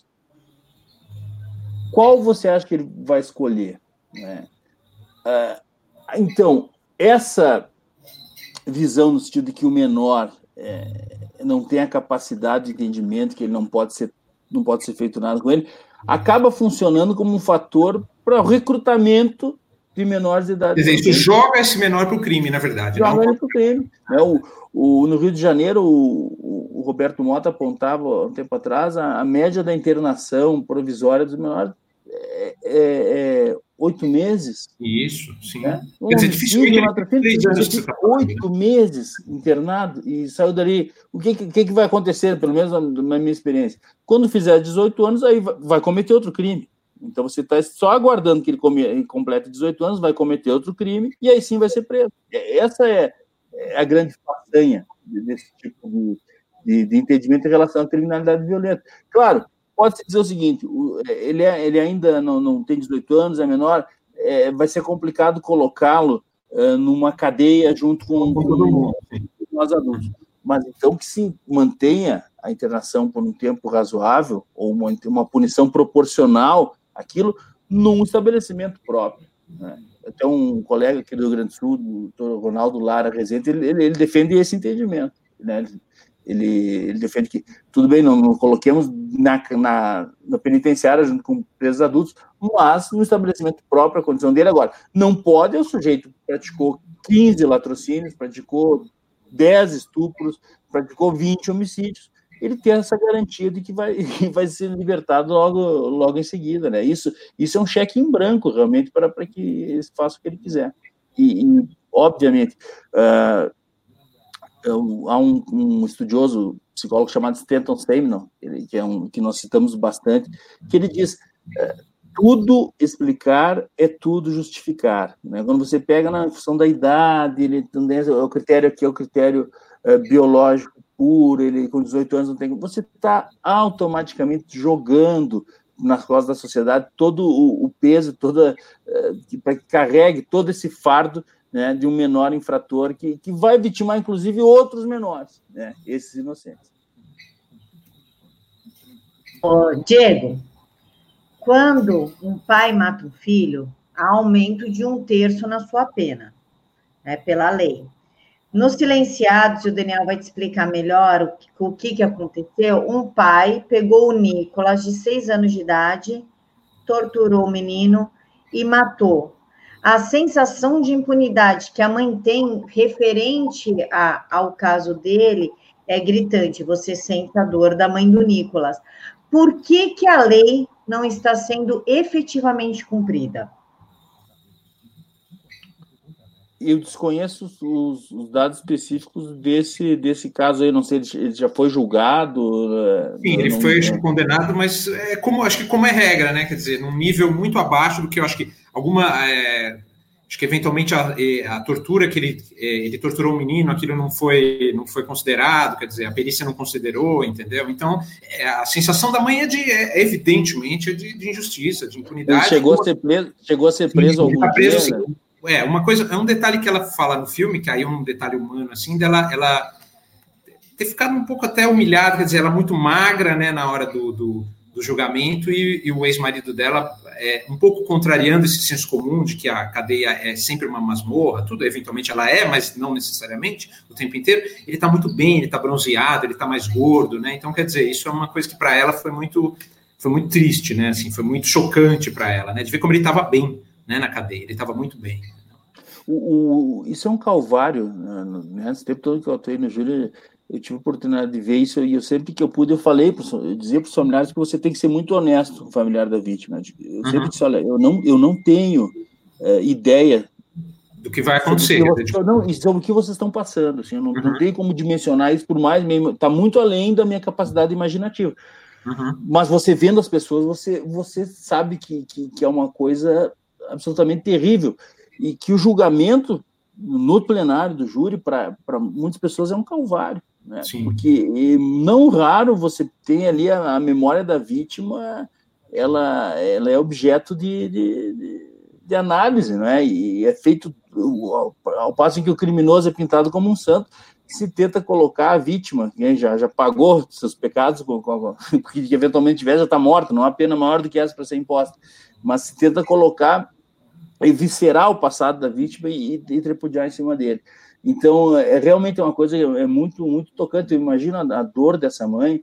S2: qual você acha que ele vai escolher? Né? Uh, então, essa visão no sentido de que o menor é, não tem a capacidade de entendimento, que ele não pode ser, não pode ser feito nada com ele, acaba funcionando como um fator para o recrutamento de menores de idade.
S3: Quer dizer, isso joga esse menor para o crime, na verdade.
S2: Joga ele para o crime. Né? O, o, no Rio de Janeiro, o, o Roberto Mota apontava, um tempo atrás, a, a média da internação provisória dos menores é, é, é oito meses.
S3: Isso, sim.
S2: Né? Um
S3: Quer dizer, dificilmente ele
S2: fica oito meses internado e saiu dali. O que, que, que vai acontecer, pelo menos na minha experiência? Quando fizer dezoito anos, aí vai, vai cometer outro crime. Então, você está só aguardando que ele, come, ele complete dezoito anos, vai cometer outro crime, e aí sim vai ser preso. Essa é, é a grande façanha desse tipo de, de, de entendimento em relação à criminalidade violenta. Claro, pode-se dizer o seguinte, ele, é, ele ainda não, não tem dezoito anos, é menor, é, vai ser complicado colocá-lo é, numa cadeia junto com, com, com os adultos. Mas então que se mantenha a internação por um tempo razoável, ou uma, uma punição proporcional àquilo, num estabelecimento próprio. Né? Até um colega aqui do Rio Grande do Sul, o doutor Ronaldo Lara Rezende, ele, ele, ele defende esse entendimento. Né? Ele, ele, ele defende que, tudo bem, não, não coloquemos na, na, na penitenciária junto com presos adultos, mas no estabelecimento próprio, a condição dele. Agora, não pode o sujeito que praticou quinze latrocínios, praticou dez estupros, praticou vinte homicídios, ele tem essa garantia de que vai, vai ser libertado logo, logo em seguida. Né? Isso, isso é um cheque em branco, realmente, para, para que ele faça o que ele quiser. E, e obviamente, uh, há um, um estudioso, psicólogo chamado Stanton Semnon, ele, que, é um, que nós citamos bastante, que ele diz, uh, tudo explicar é tudo justificar. Né? Quando você pega na função da idade, ele, o critério aqui é o critério uh, biológico puro, ele com dezoito anos não tem... Você está automaticamente jogando nas costas da sociedade todo o, o peso, toda, uh, para que carregue todo esse fardo, né, de um menor infrator que, que vai vitimar, inclusive, outros menores, né, esses inocentes.
S1: Ô, Diego, quando um pai mata um filho, há aumento de um terço na sua pena. né, pela lei. Nos silenciados, o Daniel vai te explicar melhor o que, o que, que aconteceu. Um pai pegou o Nicolas, de seis anos de idade, torturou o menino e matou. A sensação de impunidade que a mãe tem referente a, ao caso dele é gritante. Você sente a dor da mãe do Nicolas. Por que, que a lei não está sendo efetivamente cumprida?
S2: Eu desconheço os, os dados específicos desse, desse caso aí, não sei, ele já foi julgado?
S3: Sim, ele
S2: não,
S3: foi
S2: não...
S3: condenado, mas é como, acho que como é regra, né? Quer dizer, num nível muito abaixo do que eu acho que alguma. É, acho que eventualmente a, a tortura que ele, ele torturou o menino, aquilo não foi, não foi considerado, quer dizer, a perícia não considerou, entendeu? Então, é, a sensação da mãe é, de, é evidentemente, é de, de injustiça, de impunidade.
S2: Ele chegou, como... a, ser preso, chegou a ser preso Sim, algum tá preso, dia, né?
S3: É, uma coisa, é um detalhe que ela fala no filme, que aí é um detalhe humano, assim, dela ela ter ficado um pouco até humilhada, quer dizer, ela muito magra, né, na hora do, do, do julgamento, e, e o ex-marido dela é um pouco contrariando esse senso comum de que a cadeia é sempre uma masmorra, tudo, eventualmente ela é, mas não necessariamente, o tempo inteiro. Ele tá muito bem, ele tá bronzeado, ele tá mais gordo, né, então, quer dizer, isso é uma coisa que para ela foi muito, foi muito triste, né, assim, foi muito chocante para ela, né, de ver como ele estava bem, né, na cadeia, ele estava muito bem.
S2: O, o, isso é um calvário, né? Esse tempo todo que eu atuei no júri, eu tive a oportunidade de ver isso, e eu sempre que eu pude, eu falei, pro, eu dizia para os familiares que você tem que ser muito honesto com o familiar da vítima. Eu sempre uhum. disse, olha, eu não, eu não tenho uh, ideia
S3: do que vai acontecer.
S2: Sobre o que, não, sobre o que vocês estão passando, assim, eu não, uhum. não tenho como dimensionar isso, por mais, está muito além da minha capacidade imaginativa. Uhum. Mas você vendo as pessoas, você, você sabe que, que, que é uma coisa absolutamente terrível, e que o julgamento no plenário do júri, para muitas pessoas, é um calvário, né? Porque não raro você tem ali a, a memória da vítima, ela, ela é objeto de, de, de, de análise, né? E é feito, ao, ao passo em que o criminoso é pintado como um santo, se tenta colocar a vítima, que já, já pagou seus pecados, porque eventualmente tiver, já está morta, não há pena maior do que essa para ser imposta, mas se tenta colocar eviscerar o passado da vítima e, e tripudiar em cima dele. Então, é realmente uma coisa é muito, muito tocante. Eu imagino a, a dor dessa mãe,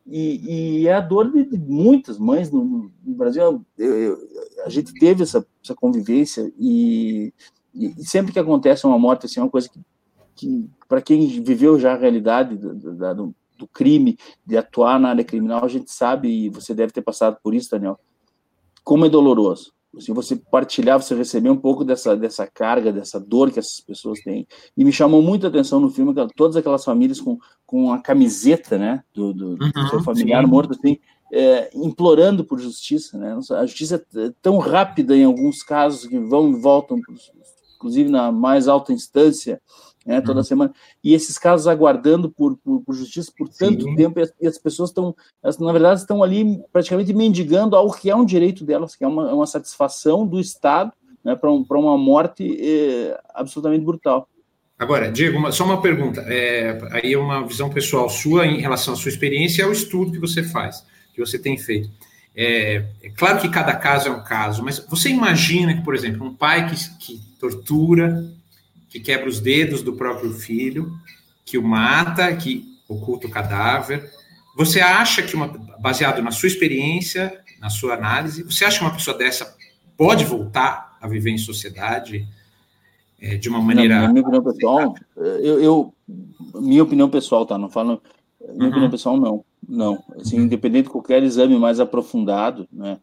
S2: e, e é a dor de, de muitas mães no, no Brasil. Eu, eu, a gente teve essa, essa convivência, e, e sempre que acontece uma morte, assim, é uma coisa que, que para quem viveu já a realidade do, do, do, do crime, de atuar na área criminal, a gente sabe, e você deve ter passado por isso, Daniel, como é doloroso. Se você partilhar, você receber um pouco dessa, dessa carga, dessa dor que essas pessoas têm. E me chamou muito a atenção no filme, todas aquelas famílias com, com a camiseta, né, do, do, uhum, do seu familiar sim. morto, assim, é, implorando por justiça, né? A justiça é tão rápida em alguns casos, que vão e voltam, inclusive na mais alta instância, né, toda uhum. semana, e esses casos aguardando por, por, por justiça por tanto Sim. tempo, e as, e as pessoas estão, na verdade, estão ali praticamente mendigando algo que é um direito delas, que é uma, uma satisfação do Estado, né, para um, para uma morte é, absolutamente brutal.
S3: Agora, Diego, uma, só uma pergunta, é, aí é uma visão pessoal sua em relação à sua experiência e ao estudo que você faz, que você tem feito. É, é claro que cada caso é um caso, mas você imagina que, por exemplo, um pai que, que tortura, que quebra os dedos do próprio filho, que o mata, que oculta o cadáver. Você acha que, uma, baseado na sua experiência, na sua análise, você acha que uma pessoa dessa pode voltar a viver em sociedade é, de uma maneira...
S2: Na minha opinião pessoal, eu, eu, minha opinião pessoal, tá? Não falo... Minha uhum. opinião pessoal, não. Não. Assim, uhum. independente de qualquer exame mais aprofundado, né?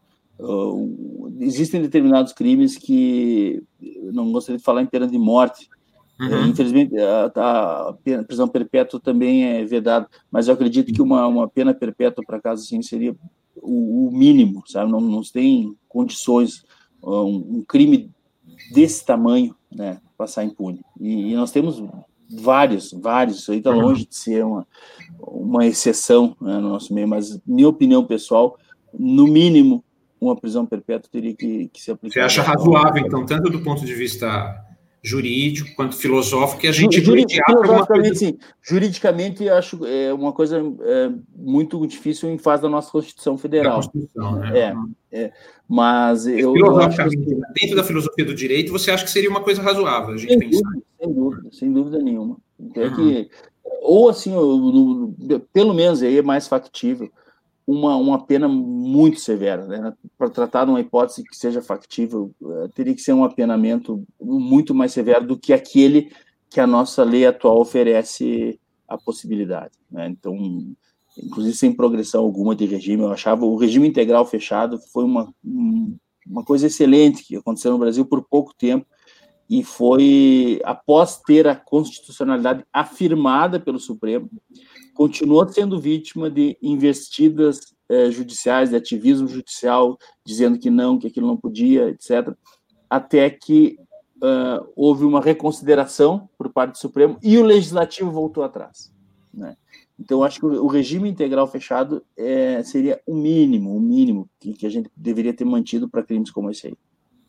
S2: Uh, existem determinados crimes que... Eu não gostaria de falar em pena de morte. Uhum. É, infelizmente, a, a prisão perpétua também é vedada, mas eu acredito que uma, uma pena perpétua, para caso assim, seria o, o mínimo, sabe? Não, não tem condições, um, um crime desse tamanho, né, passar impune. E, e nós temos vários, vários, isso aí está longe de ser uma, uma exceção, né, no nosso meio, mas minha opinião pessoal, no mínimo, uma prisão perpétua teria que, que ser aplicada.
S3: Você acha razoável, então, tanto do ponto de vista jurídico quanto filosófico, que a gente
S2: Juri, filosoficamente, coisa... sim. Juridicamente, acho é uma coisa é, muito difícil em face da nossa Constituição Federal.
S3: Da Constituição, né?
S2: É, é, mas eu,
S3: eu acho que... dentro da filosofia do direito, você acha que seria uma coisa razoável a gente
S2: sem
S3: pensar?
S2: Dúvida, sem Sem dúvida, sem dúvida nenhuma. É que, ou assim, pelo menos aí é mais factível, uma, uma pena muito severa, né? Para tratar de uma hipótese que seja factível, teria que ser um apenamento muito mais severo do que aquele que a nossa lei atual oferece a possibilidade, né? Então, inclusive sem progressão alguma de regime, eu achava o regime integral fechado foi uma, uma coisa excelente que aconteceu no Brasil por pouco tempo, e foi, após ter a constitucionalidade afirmada pelo Supremo, continuou sendo vítima de investidas eh, judiciais, de ativismo judicial, dizendo que não, que aquilo não podia, etcétera, até que uh, houve uma reconsideração por parte do Supremo e o Legislativo voltou atrás, né? Então, acho que o regime integral fechado é, seria o mínimo, o mínimo que, que a gente deveria ter mantido para crimes como esse aí.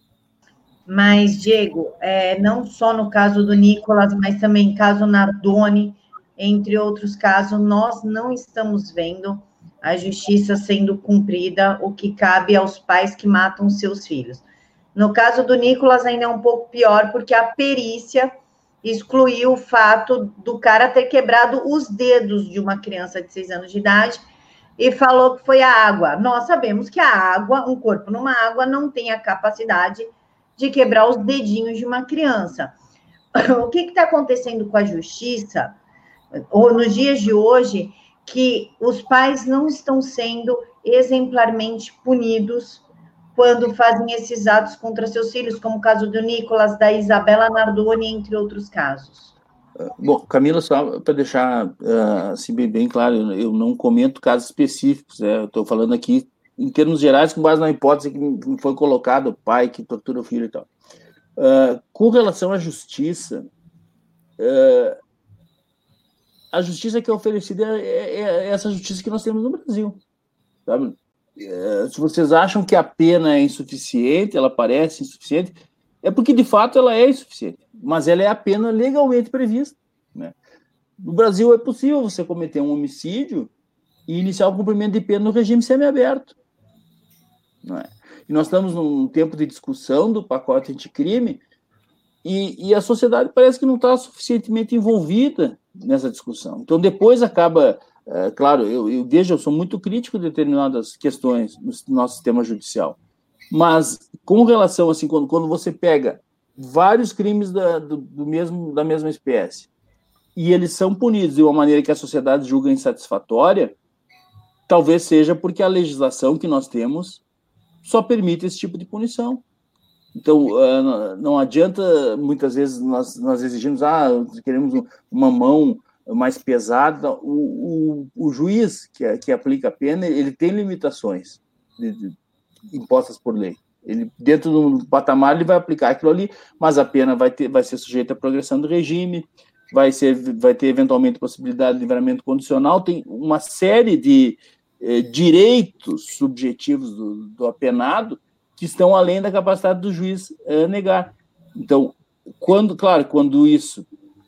S1: Mas, Diego, é, não só no caso do Nicolas, mas também no caso Nardoni, entre outros casos, nós não estamos vendo a justiça sendo cumprida, o que cabe aos pais que matam seus filhos. No caso do Nicolas, ainda é um pouco pior, porque a perícia excluiu o fato do cara ter quebrado os dedos de uma criança de seis anos de idade e falou que foi a água. Nós sabemos que a água, um corpo numa água, não tem a capacidade de quebrar os dedinhos de uma criança. O que está acontecendo com a justiça, ou nos dias de hoje, que os pais não estão sendo exemplarmente punidos quando fazem esses atos contra seus filhos, como o caso do Nicolas, da Isabela Nardoni, entre outros casos?
S2: Bom, Camila, só para deixar uh, assim, bem, bem claro, eu não comento casos específicos, né? Eu estou falando aqui em termos gerais, com base na hipótese que foi colocado, o pai que tortura o filho e tal. Uh, com relação à justiça, uh, a justiça que é oferecida é, é, é essa justiça que nós temos no Brasil, sabe? Uh, se vocês acham que a pena é insuficiente, ela parece insuficiente, é porque, de fato, ela é insuficiente, mas ela é a pena legalmente prevista, né? No Brasil é possível você cometer um homicídio e iniciar o cumprimento de pena no regime semiaberto, não é? E nós estamos num tempo de discussão do pacote anticrime e, e a sociedade parece que não está suficientemente envolvida nessa discussão. Então, depois acaba... É, claro, eu, eu vejo, eu sou muito crítico de determinadas questões no nosso sistema judicial, mas com relação, assim, quando, quando você pega vários crimes da, do, do mesmo, da mesma espécie e eles são punidos de uma maneira que a sociedade julga insatisfatória, talvez seja porque a legislação que nós temos só permite esse tipo de punição. Então, não adianta, muitas vezes, nós, nós exigimos, ah, queremos uma mão mais pesada. O, o, o juiz que, que aplica a pena, ele tem limitações de, de, impostas por lei. Ele, dentro do patamar, ele vai aplicar aquilo ali, mas a pena vai, ter, vai ser sujeita à progressão do regime, vai, ser, vai ter, eventualmente, possibilidade de livramento condicional, tem uma série de eh, direitos subjetivos do, do apenado que estão além da capacidade do juiz eh, negar. Então, quando, claro, quando isso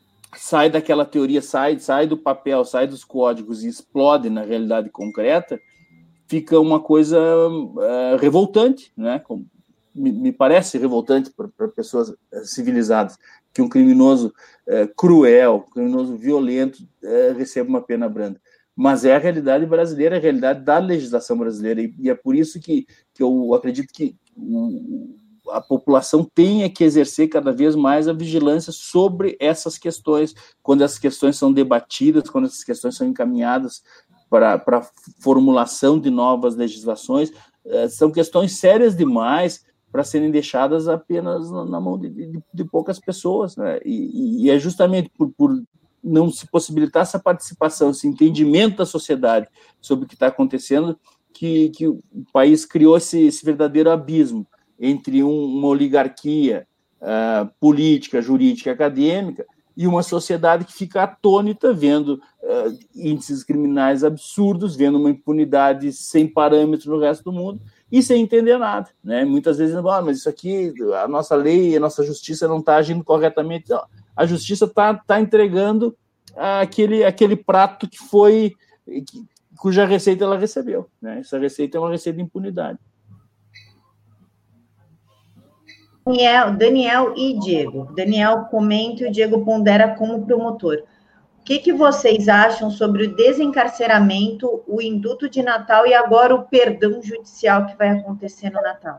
S2: sai daquela teoria, sai, sai do papel, sai dos códigos e explode na realidade concreta, fica uma coisa uh, revoltante, né? Como, me, me parece revoltante para pessoas uh, civilizadas, que um criminoso uh, cruel, um criminoso violento uh, receba uma pena branda. Mas é a realidade brasileira, é a realidade da legislação brasileira, e, e é por isso que, que eu acredito que um, a população tenha que exercer cada vez mais a vigilância sobre essas questões, quando essas questões são debatidas, quando essas questões são encaminhadas para a formulação de novas legislações, são questões sérias demais para serem deixadas apenas na mão de, de, de poucas pessoas, né? E, e é justamente por, por não se possibilitar essa participação, esse entendimento da sociedade sobre o que está acontecendo, que, que o país criou esse, esse verdadeiro abismo entre um, uma oligarquia uh, política, jurídica, acadêmica, e uma sociedade que fica atônita vendo uh, índices criminais absurdos, vendo uma impunidade sem parâmetro no resto do mundo e sem entender nada, né? Muitas vezes, ah, mas isso aqui, a nossa lei, a nossa justiça não está agindo corretamente. Não, a justiça está tá entregando uh, aquele, aquele prato que foi, que, cuja receita ela recebeu, né? Essa receita é uma receita de impunidade.
S1: Daniel, Daniel e Diego. Daniel comenta e o Diego pondera como promotor. O que, que vocês acham sobre o desencarceramento, o indulto de Natal e agora o perdão judicial que vai acontecer no Natal?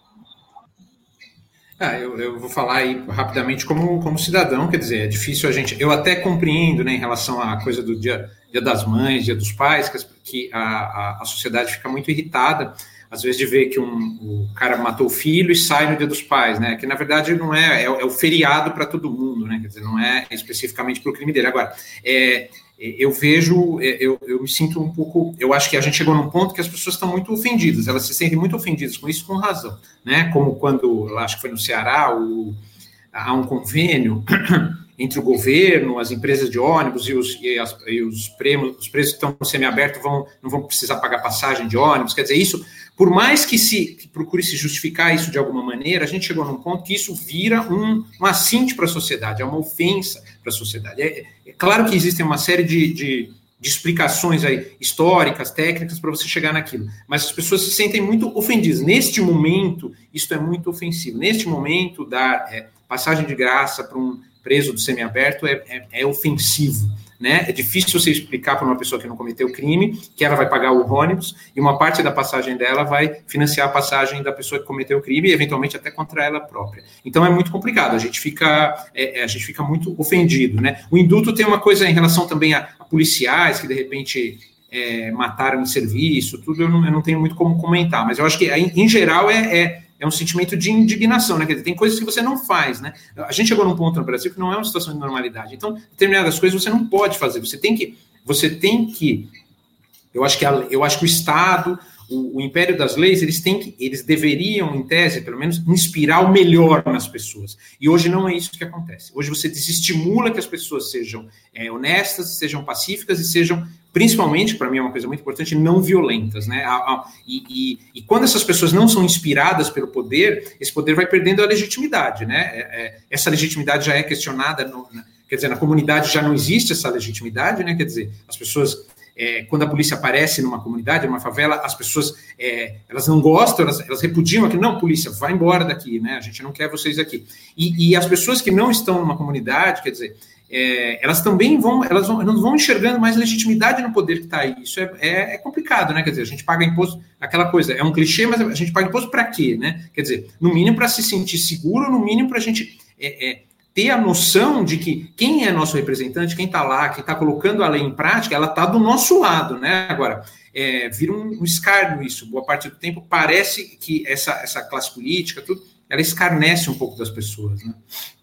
S3: Ah, eu, eu vou falar aí rapidamente como, como cidadão, quer dizer, é difícil a gente... Eu até compreendo, né, em relação à coisa do dia, dia das mães, dia dos pais, que, que a, a, a sociedade fica muito irritada, às vezes, de ver que um, o cara matou o filho e sai no dia dos pais, né, que na verdade não é, é, é o feriado para todo mundo, né, quer dizer, não é especificamente para o crime dele. Agora, é... eu vejo, eu, eu me sinto um pouco, eu acho que a gente chegou num ponto que as pessoas estão muito ofendidas, elas se sentem muito ofendidas com isso, com razão, né, como quando, acho que foi no Ceará, o, há um convênio entre o governo, as empresas de ônibus e os, e as, e os prêmios, os preços que estão semiabertos vão, não vão precisar pagar passagem de ônibus, quer dizer, isso, por mais que se que procure se justificar isso de alguma maneira, a gente chegou num ponto que isso vira um, um assinte para a sociedade, é uma ofensa para a sociedade. É, é claro que existem uma série de, de, de explicações aí, históricas, técnicas, para você chegar naquilo, mas as pessoas se sentem muito ofendidas. Neste momento, isso é muito ofensivo. Neste momento, dar é, passagem de graça para um preso do semiaberto é, é, é ofensivo, né? É difícil você explicar para uma pessoa que não cometeu crime que ela vai pagar o ônibus e uma parte da passagem dela vai financiar a passagem da pessoa que cometeu o crime e eventualmente até contra ela própria. Então é muito complicado, a gente fica, é, a gente fica muito ofendido, né? O indulto tem uma coisa em relação também a, a policiais que de repente é, mataram em serviço, tudo eu não, eu não tenho muito como comentar, mas eu acho que em, em geral é, é É um sentimento de indignação, né? Quer dizer, tem coisas que você não faz, né? A gente chegou num ponto no Brasil que não é uma situação de normalidade. Então, determinadas coisas você não pode fazer. Você tem que, você tem que. Eu acho que, a, eu acho que o Estado, o, o império das leis, eles têm que, eles deveriam, em tese, pelo menos, inspirar o melhor nas pessoas. E hoje não é isso que acontece. Hoje você desestimula que as pessoas sejam é, honestas, sejam pacíficas e sejam, principalmente, para mim é uma coisa muito importante, não violentas, né? E, e, e quando essas pessoas não são inspiradas pelo poder, esse poder vai perdendo a legitimidade, né? É, é, essa legitimidade já é questionada, no, na, quer dizer, na comunidade já não existe essa legitimidade, né? Quer dizer, as pessoas, é, quando a polícia aparece numa comunidade, numa favela, as pessoas, é, elas não gostam, elas, elas repudiam aquilo, não, polícia, vai embora daqui, né? A gente não quer vocês aqui. E, e as pessoas que não estão numa comunidade, quer dizer, É, elas também vão, elas vão, elas vão enxergando mais legitimidade no poder que está aí. Isso é, é, é complicado, né? Quer dizer, a gente paga imposto, aquela coisa, é um clichê, mas a gente paga imposto para quê, né? Quer dizer, no mínimo para se sentir seguro, no mínimo para a gente é, é, ter a noção de que quem é nosso representante, quem está lá, quem está colocando a lei em prática, ela está do nosso lado, né? Agora, é, vira um, um escárnio isso. Boa parte do tempo parece que essa, essa classe política, tudo, ela escarnece um pouco das pessoas, né?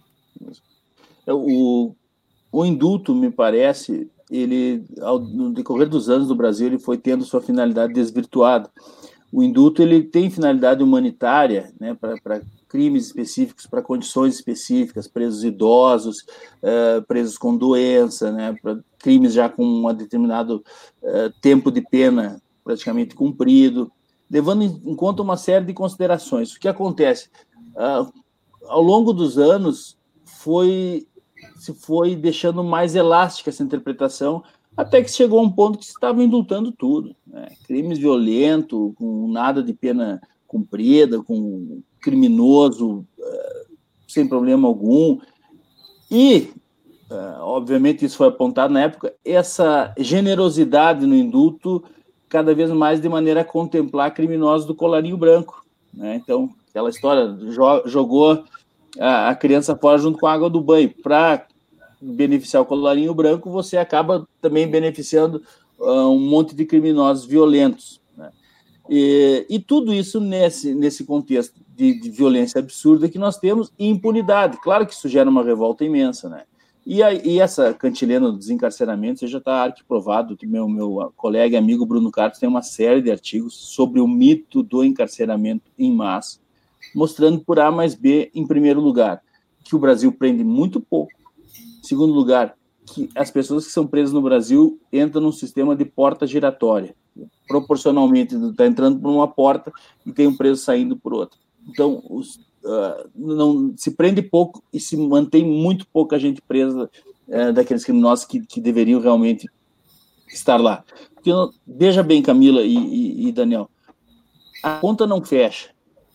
S2: O O indulto, me parece, ele, ao, no decorrer dos anos do Brasil, ele foi tendo sua finalidade desvirtuada. O indulto ele tem finalidade humanitária, né, para crimes específicos, para condições específicas, presos idosos, uh, presos com doença, né, para crimes já com um determinado uh, tempo de pena praticamente cumprido, levando em conta uma série de considerações. O que acontece? Uh, ao longo dos anos, foi... se foi deixando mais elástica essa interpretação, até que chegou a um ponto que se estava indultando tudo, né? Crimes violentos, com nada de pena cumprida, com criminoso, uh, sem problema algum. E, uh, obviamente, isso foi apontado na época, essa generosidade no indulto, cada vez mais de maneira a contemplar criminosos do colarinho branco, né? Então, aquela história, jo- jogou a criança fora junto com a água do banho. Para beneficiar o colarinho branco, você acaba também beneficiando uh, um monte de criminosos violentos, né? E, e tudo isso nesse, nesse contexto de, de violência absurda que nós temos e impunidade. Claro que isso gera uma revolta imensa, né? E, a, e essa cantilena do desencarceramento, já está arquiprovado, que meu, meu colega e amigo Bruno Carlos tem uma série de artigos sobre o mito do encarceramento em massa, mostrando por A mais B, em primeiro lugar, que o Brasil prende muito pouco. Em segundo lugar, que as pessoas que são presas no Brasil entram num sistema de porta giratória. Proporcionalmente, está entrando por uma porta e tem um preso saindo por outra. Então, os, uh, não, se prende pouco e se mantém muito pouca gente presa uh, daqueles criminosos que, que deveriam realmente estar lá. Porque, veja bem, Camila e, e, e Daniel, a conta não fecha.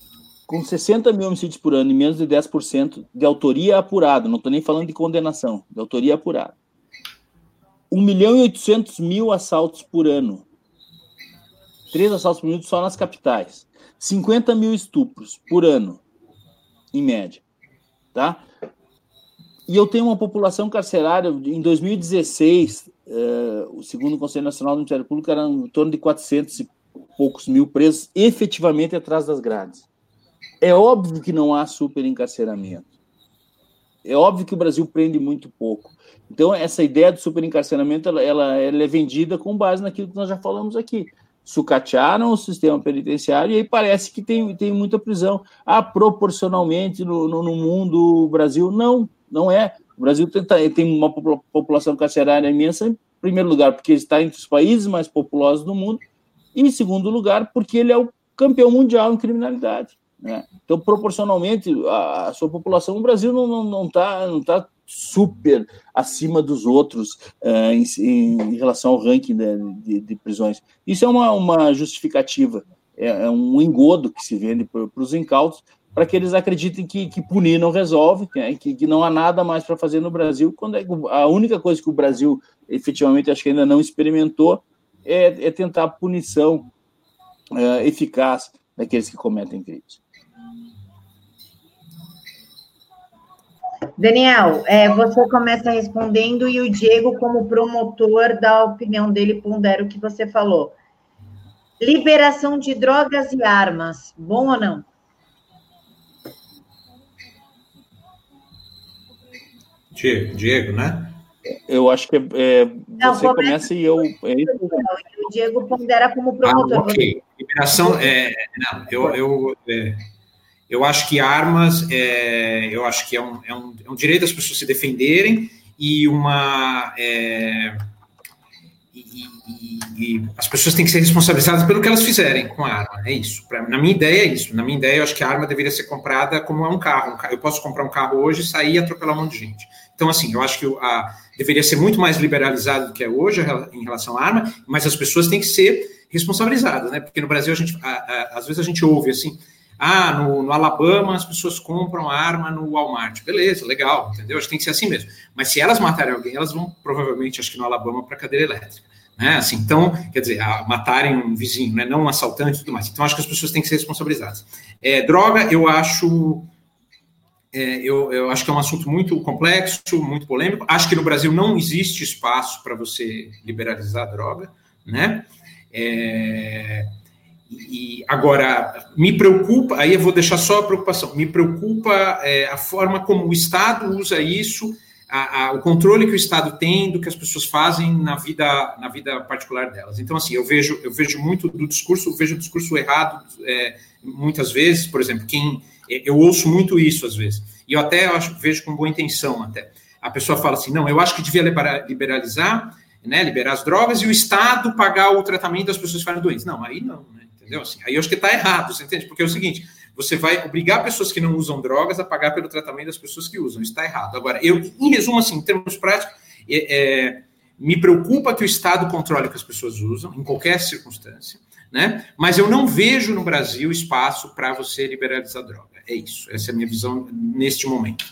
S2: com sessenta mil homicídios por ano e menos de dez por cento de autoria apurada, não estou nem falando de condenação, de autoria apurada. um milhão e oitocentos mil assaltos por ano. Três assaltos por minuto só nas capitais. cinquenta mil estupros por ano, em média. Tá? E eu tenho uma população carcerária, em dois mil e dezesseis, eh, o segundo Conselho Nacional do Ministério Público, era em torno de quatrocentos e poucos mil presos efetivamente atrás das grades. É óbvio que não há superencarceramento. É óbvio que o Brasil prende muito pouco. Então, essa ideia do superencarceramento, ela, ela, ela é vendida com base naquilo que nós já falamos aqui. Sucatearam o sistema penitenciário e aí parece que tem, tem muita prisão. Ah, proporcionalmente no, no, no mundo, o Brasil, não, não é. O Brasil tem, tem uma população carcerária imensa, em primeiro lugar, porque está entre os países mais populosos do mundo, e em segundo lugar, porque ele é o campeão mundial em criminalidade. Né? Então, proporcionalmente, a, a sua população, o Brasil não está não, não tá, não tá super acima dos outros uh, em, em relação ao ranking de, de, de prisões. Isso é uma, uma justificativa, é, é um engodo que se vende para os incautos, para que eles acreditem que, que punir não resolve, né? que, que não há nada mais para fazer no Brasil, quando é a única coisa que o Brasil, efetivamente, acho que ainda não experimentou, é, é tentar a punição uh, eficaz daqueles que cometem crimes.
S1: Daniel, é, você começa respondendo e o Diego, como promotor, dá a opinião dele, pondera o que você falou. Liberação de drogas e armas, bom ou não?
S3: Diego, Diego, né?
S2: Eu acho que é,
S1: não,
S2: você começa, começa e eu... É isso.
S1: O Diego pondera como promotor.
S3: Ah, ok, liberação... É, não, eu... eu é... Eu acho que armas, é, eu acho que é um, é, um, é um direito das pessoas se defenderem e uma... É, e, e, e as pessoas têm que ser responsabilizadas pelo que elas fizerem com a arma, é isso. Pra, na minha ideia é isso. Na minha ideia, eu acho que a arma deveria ser comprada como é um carro. Um carro. Eu posso comprar um carro hoje e sair e atropelar um monte de gente. Então, assim, eu acho que a, deveria ser muito mais liberalizado do que é hoje em relação à arma, mas as pessoas têm que ser responsabilizadas, né? Porque no Brasil, a gente, a, a, às vezes a gente ouve assim... Ah, no, no Alabama as pessoas compram arma no Walmart. Beleza, legal, entendeu? Acho que tem que ser assim mesmo. Mas se elas matarem alguém, elas vão provavelmente, acho que no Alabama, para cadeira elétrica. Né? Assim, então, quer dizer, a, matarem um vizinho, né? Não um assaltante e tudo mais. Então, acho que as pessoas têm que ser responsabilizadas. É, droga, eu acho... É, eu, eu acho que é um assunto muito complexo, muito polêmico. Acho que no Brasil não existe espaço para você liberalizar a droga, né? É... E agora, me preocupa, aí eu vou deixar só a preocupação, me preocupa é, a forma como o Estado usa isso, a, a, o controle que o Estado tem do que as pessoas fazem na vida, na vida particular delas. Então, assim, eu vejo, eu vejo muito do discurso, eu vejo o discurso errado é, muitas vezes, por exemplo, quem, eu ouço muito isso às vezes, e eu até acho, vejo com boa intenção até. A pessoa fala assim, não, eu acho que devia liberalizar, né, liberar as drogas e o Estado pagar o tratamento das pessoas que ficarem doentes. Não, aí não, né? Entendeu? Assim, aí eu acho que está errado, você entende? Porque é o seguinte, você vai obrigar pessoas que não usam drogas a pagar pelo tratamento das pessoas que usam, isso está errado. Agora, eu, em resumo, assim, em termos práticos, é, é, me preocupa que o Estado controle o que as pessoas usam, em qualquer circunstância, né? Mas eu não vejo no Brasil espaço para você liberalizar a droga. É isso, essa é a minha visão neste momento.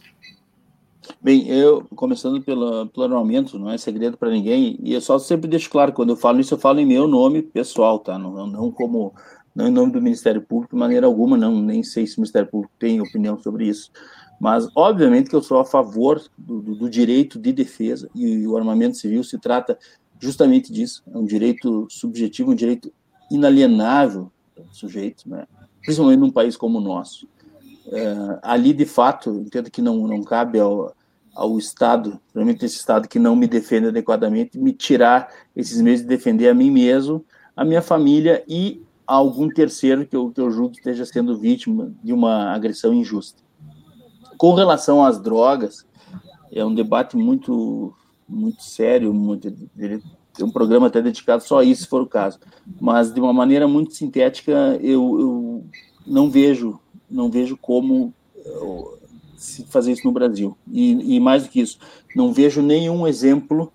S2: Bem, eu, começando pelo, pelo armamento, não é segredo para ninguém, e eu só sempre deixo claro, quando eu falo isso, eu falo em meu nome pessoal, tá? Não, não como, não em nome do Ministério Público, de maneira alguma, não, nem sei se o Ministério Público tem opinião sobre isso, mas, obviamente, que eu sou a favor do, do, do direito de defesa, e o armamento civil se trata justamente disso, é um direito subjetivo, um direito inalienável do sujeito, né? Principalmente num país como o nosso. É, ali, de fato, entendo que não, não cabe ao ao Estado, principalmente esse Estado que não me defende adequadamente, me tirar esses meios de defender a mim mesmo, a minha família e a algum terceiro que eu, que eu julgo que esteja sendo vítima de uma agressão injusta. Com relação às drogas, é um debate muito, muito sério, muito, tem um programa até dedicado só a isso, se for o caso, mas de uma maneira muito sintética, eu, eu não vejo, não vejo como... Eu, se fazer isso no Brasil. E, e mais do que isso, não vejo nenhum exemplo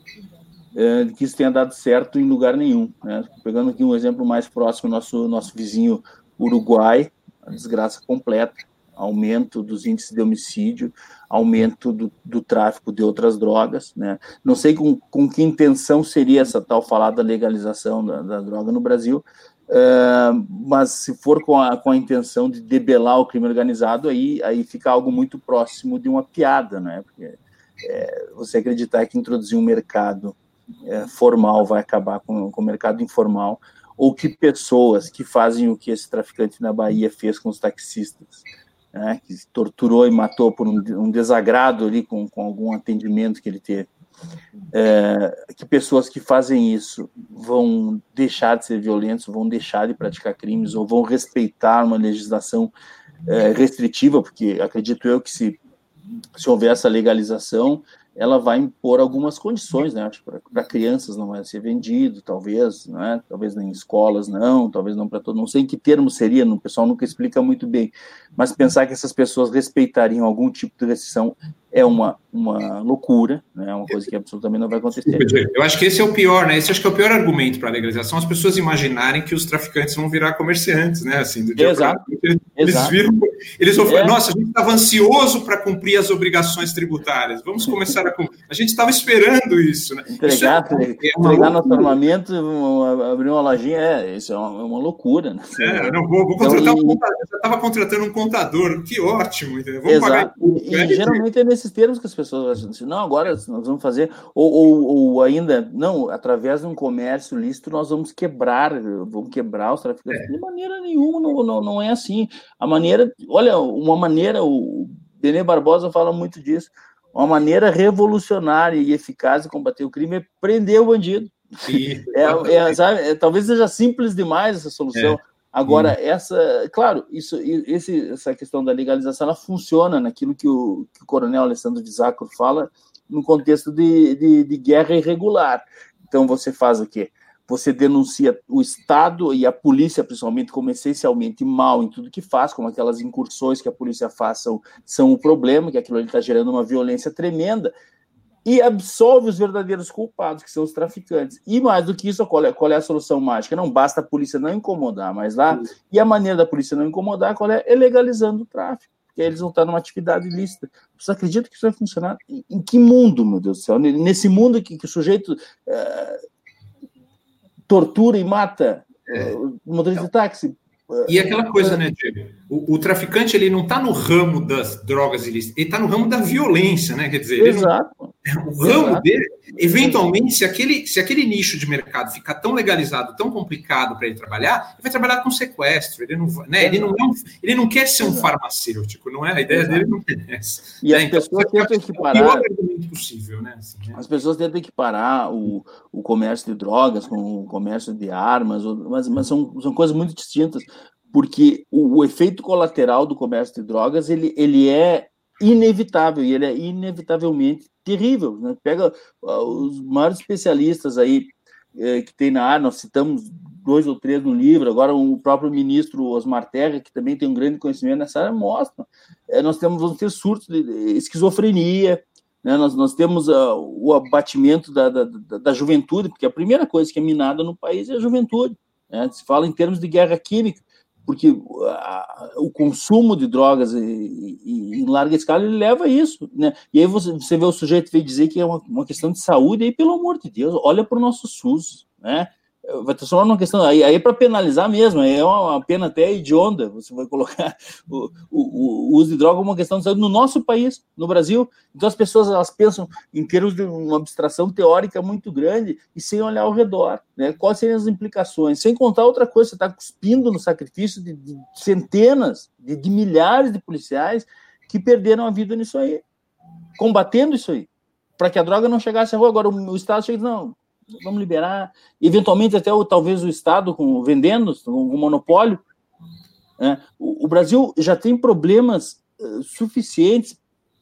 S2: é, de que isso tenha dado certo em lugar nenhum. Né? Pegando aqui um exemplo mais próximo, nosso, nosso vizinho Uruguai, uma desgraça completa, aumento dos índices de homicídio, aumento do, do tráfico de outras drogas, né? Não sei com, com que intenção seria essa tal falada legalização da, da droga no Brasil, uh, mas se for com a, com a intenção de debelar o crime organizado, aí, aí fica algo muito próximo de uma piada, né? Porque é, você acreditar que introduzir um mercado é, formal vai acabar com, com o mercado informal, ou que pessoas que fazem o que esse traficante na Bahia fez com os taxistas, né, que torturou e matou por um, um desagrado ali com, com algum atendimento que ele teve, é, que pessoas que fazem isso vão deixar de ser violentos, vão deixar de praticar crimes, ou vão respeitar uma legislação é, restritiva, porque acredito eu que se, se houver essa legalização, ela vai impor algumas condições, né? Para crianças não vai ser vendido, talvez, né? Talvez em escolas não, talvez não para todos, não sei em que termo seria, o pessoal nunca explica muito bem, mas pensar que essas pessoas respeitariam algum tipo de restrição é uma, uma loucura, né? Uma coisa que absolutamente não vai acontecer.
S3: Eu acho que esse é o pior, né? Esse acho que é o pior argumento para a legalização, as pessoas imaginarem que os traficantes vão virar comerciantes, né? Assim, do dia
S2: Exato.
S3: Pra... Eles
S2: Exato.
S3: viram, eles vão falar,
S2: é.
S3: nossa, a gente estava ansioso para cumprir as obrigações tributárias, vamos começar a cumprir. A gente estava esperando isso, né?
S2: Entregar,
S3: isso é,
S2: é entregar nosso armamento, abrir uma lojinha, é, isso é uma, é uma loucura, né?
S3: É, não, vou, vou contratar então, um contador, eu estava contratando um contador, que ótimo, entendeu? Vamos
S2: exato. pagar. E, e geralmente é nesses termos que as pessoas acham assim, não, agora nós vamos fazer, ou, ou, ou ainda, não, através de um comércio lícito nós vamos quebrar, vamos quebrar os traficantes. É. De maneira nenhuma, não, não, não é assim. A maneira, olha, uma maneira, o Benê Barbosa fala muito disso, uma maneira revolucionária e eficaz de combater o crime é prender o bandido.
S3: Sim,
S2: é, é, sabe, é, talvez seja simples demais essa solução. É. Agora, hum. essa, claro, isso, esse, essa questão da legalização, ela funciona naquilo que o, que o coronel Alessandro de Zacro fala no contexto de, de, de guerra irregular. Então, você faz o quê? Você denuncia o Estado e a polícia, principalmente, como essencialmente mal em tudo que faz, como aquelas incursões que a polícia faz são, são o problema, que aquilo ali está gerando uma violência tremenda, e absolve os verdadeiros culpados, que são os traficantes. E mais do que isso, qual é, qual é a solução mágica? Não basta a polícia não incomodar, mas lá, Sim. e a maneira da polícia não incomodar, qual é? É legalizando o tráfico, porque eles vão estar numa atividade ilícita. Você acredita que isso vai funcionar? Em, em que mundo, meu Deus do céu? Nesse mundo que, que o sujeito uh, tortura e mata é. uh, o motorista de táxi.
S3: E aquela coisa, né, Diego? O, o traficante, ele não está no ramo das drogas ilícitas, ele está no ramo da violência, né? Quer dizer,
S2: Exato.
S3: Não, o ramo Exato. dele, eventualmente, se aquele, se aquele nicho de mercado ficar tão legalizado, tão complicado para ele trabalhar, ele vai trabalhar com sequestro, ele não, né, ele não, é um, ele não quer ser um Exato. farmacêutico, não é? A ideia Exato. dele não é essa.
S2: E né? as então, pessoas tentam equiparar...
S3: É o pior argumento possível, né? Assim, né?
S2: As pessoas tentam equiparar o, o comércio de drogas com o comércio de armas, mas, mas são, são coisas muito distintas, porque o, o efeito colateral do comércio de drogas, ele, ele é inevitável, e ele é inevitavelmente terrível, né? Pega uh, os maiores especialistas aí eh, que tem na área, nós citamos dois ou três no livro, agora o próprio ministro Osmar Terra, que também tem um grande conhecimento nessa área, mostra. Eh, nós temos, vamos ter surtos de esquizofrenia, né? nós, nós temos uh, o abatimento da, da, da, da juventude, porque a primeira coisa que é minada no país é a juventude, né? Se fala em termos de guerra química, porque a, o consumo de drogas e, e, em larga escala ele leva a isso, né? E aí você, você vê o sujeito veio dizer que é uma, uma questão de saúde, aí pelo amor de Deus, olha para o nosso SUS, né? Vai transformar numa questão, aí, aí é para penalizar mesmo, é uma, uma pena até hedionda, você vai colocar o, o, o uso de droga como uma questão de saúde no nosso país, no Brasil. Então as pessoas elas pensam em termos de uma abstração teórica muito grande e sem olhar ao redor, né? Quais seriam as implicações? Sem contar outra coisa, você está cuspindo no sacrifício de, de centenas, de, de milhares de policiais que perderam a vida nisso aí, combatendo isso aí, para que a droga não chegasse à rua. Agora o, o Estado chega e diz, não, vamos liberar, eventualmente até o, talvez o Estado com, vendendo, com um monopólio. Né? O, o Brasil já tem problemas uh, suficientes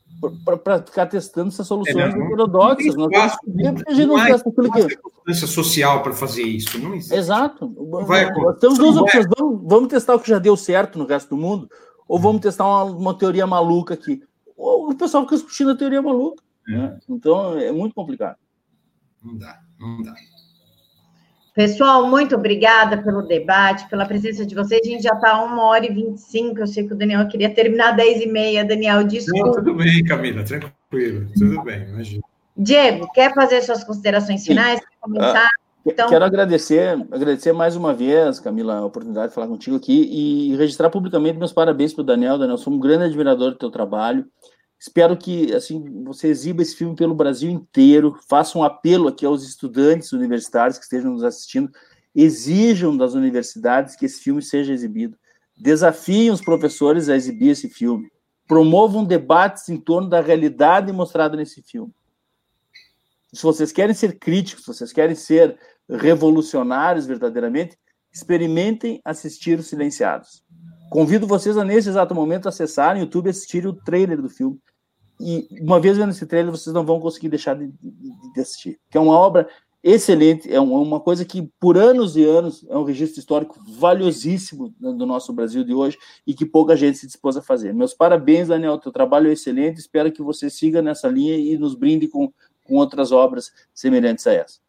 S2: para ficar testando essas soluções é, heterodoxas. Não, não, não, não, a gente não testa aquilo que...
S3: circunstância social para fazer isso, não existe.
S2: Exato.
S3: Vai,
S2: nós temos duas opções. Vamos, vamos testar o que já deu certo no resto do mundo, ou vamos testar uma, uma teoria maluca aqui. Ou o pessoal fica discutindo a teoria maluca. É. Né? Então, é muito complicado.
S3: Não dá, não dá.
S1: Pessoal, muito obrigada pelo debate, pela presença de vocês. A gente já está a uma hora e vinte e cinco. Eu sei que o Daniel queria terminar às dez e meia. Daniel, desculpa.
S3: Não, tudo bem, Camila, tranquilo. Tudo bem, imagina.
S1: Diego, quer fazer suas considerações finais? Quer comentar?
S2: Ah, então... Quero agradecer, agradecer mais uma vez, Camila, a oportunidade de falar contigo aqui e registrar publicamente meus parabéns para o Daniel. Daniel, sou um grande admirador do teu trabalho. Espero que assim você exiba esse filme pelo Brasil inteiro, faça um apelo aqui aos estudantes universitários que estejam nos assistindo, exijam das universidades que esse filme seja exibido, desafiem os professores a exibir esse filme, promovam debates em torno da realidade mostrada nesse filme. Se vocês querem ser críticos, se vocês querem ser revolucionários verdadeiramente, experimentem assistir Os Silenciados. Convido vocês a, nesse exato momento, acessarem o YouTube e assistirem o trailer do filme. E, uma vez vendo esse trailer, vocês não vão conseguir deixar de, de, de assistir. Que é uma obra excelente, é uma coisa que, por anos e anos, é um registro histórico valiosíssimo do nosso Brasil de hoje e que pouca gente se dispôs a fazer. Meus parabéns, Daniel, teu trabalho é excelente, espero que você siga nessa linha e nos brinde com, com outras obras semelhantes a essa.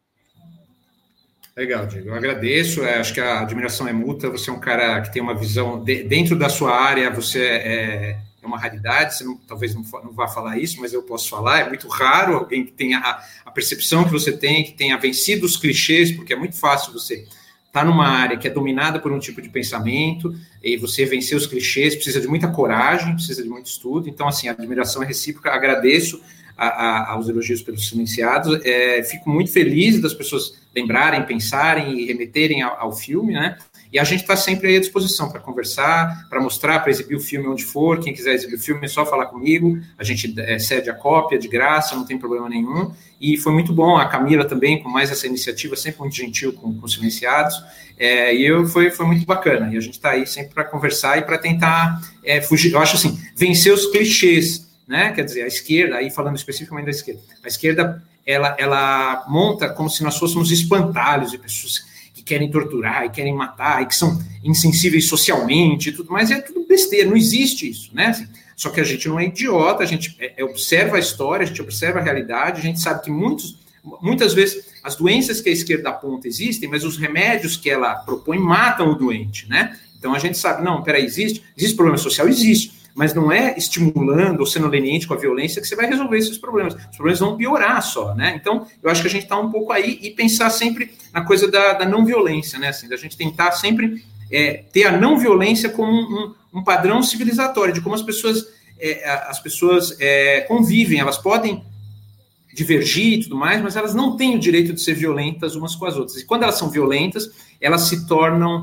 S3: Legal, Diego. Eu agradeço. É, acho que a admiração é mútua. Você é um cara que tem uma visão de, dentro da sua área. Você é, é uma raridade. Você não, talvez não, não vá falar isso, mas eu posso falar. É muito raro alguém que tenha a, a percepção que você tem, que tenha vencido os clichês, porque é muito fácil você estar numa área que é dominada por um tipo de pensamento e você vencer os clichês. Precisa de muita coragem, precisa de muito estudo. Então, assim, a admiração é recíproca. Agradeço A, a, aos elogios pelos silenciados, é, fico muito feliz das pessoas lembrarem, pensarem e remeterem ao, ao filme, né? E a gente está sempre aí à disposição para conversar, para mostrar, para exibir o filme onde for. Quem quiser exibir o filme é só falar comigo, a gente é, cede a cópia de graça, não tem problema nenhum. E foi muito bom, a Camila também, com mais essa iniciativa, sempre muito gentil com, com os silenciados, é, e eu, foi, foi muito bacana. E a gente está aí sempre para conversar e para tentar é, fugir, eu acho assim, vencer os clichês, né? Quer dizer, a esquerda, aí falando especificamente da esquerda, a esquerda, ela, ela monta como se nós fôssemos espantalhos de pessoas que querem torturar e querem matar e que são insensíveis socialmente e tudo mais, e é tudo besteira, não existe isso, né? Assim, só que a gente não é idiota, a gente é, é, observa a história, a gente observa a realidade, a gente sabe que muitos, muitas vezes as doenças que a esquerda aponta existem, mas os remédios que ela propõe matam o doente, né? Então a gente sabe, não, peraí, existe, existe problema social? Existe. Mas não é estimulando ou sendo leniente com a violência que você vai resolver esses problemas. Os problemas vão piorar só, né? Então, eu acho que a gente está um pouco aí e pensar sempre na coisa da, da não violência, né? Assim, da gente tentar sempre é, ter a não violência como um, um, um padrão civilizatório, de como as pessoas, é, as pessoas é, convivem, elas podem divergir e tudo mais, mas elas não têm o direito de ser violentas umas com as outras. E quando elas são violentas, elas se tornam...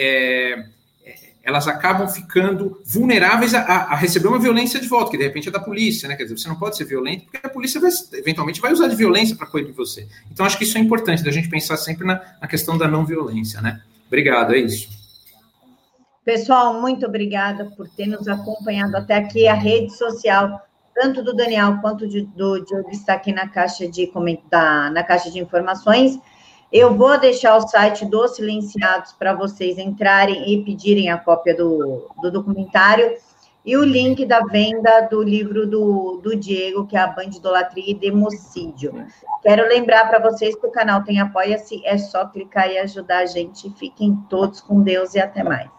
S3: É, é, elas acabam ficando vulneráveis a, a receber uma violência de volta, que de repente é da polícia, né? Quer dizer, você não pode ser violento, porque a polícia vai, eventualmente vai usar de violência para coibir você. Então, acho que isso é importante, da gente pensar sempre na, na questão da não violência, né? Obrigado, é isso.
S1: Pessoal, muito obrigada por ter nos acompanhado até aqui. A rede social, tanto do Daniel quanto de, do Diogo, está aqui na caixa de, da, na caixa de informações. Eu vou deixar o site dos Silenciados para vocês entrarem e pedirem a cópia do, do documentário e o link da venda do livro do, do Diego, que é A Bandidolatria e Democídio. Quero lembrar para vocês que o canal tem Apoia-se, é só clicar e ajudar a gente. Fiquem todos com Deus e até mais.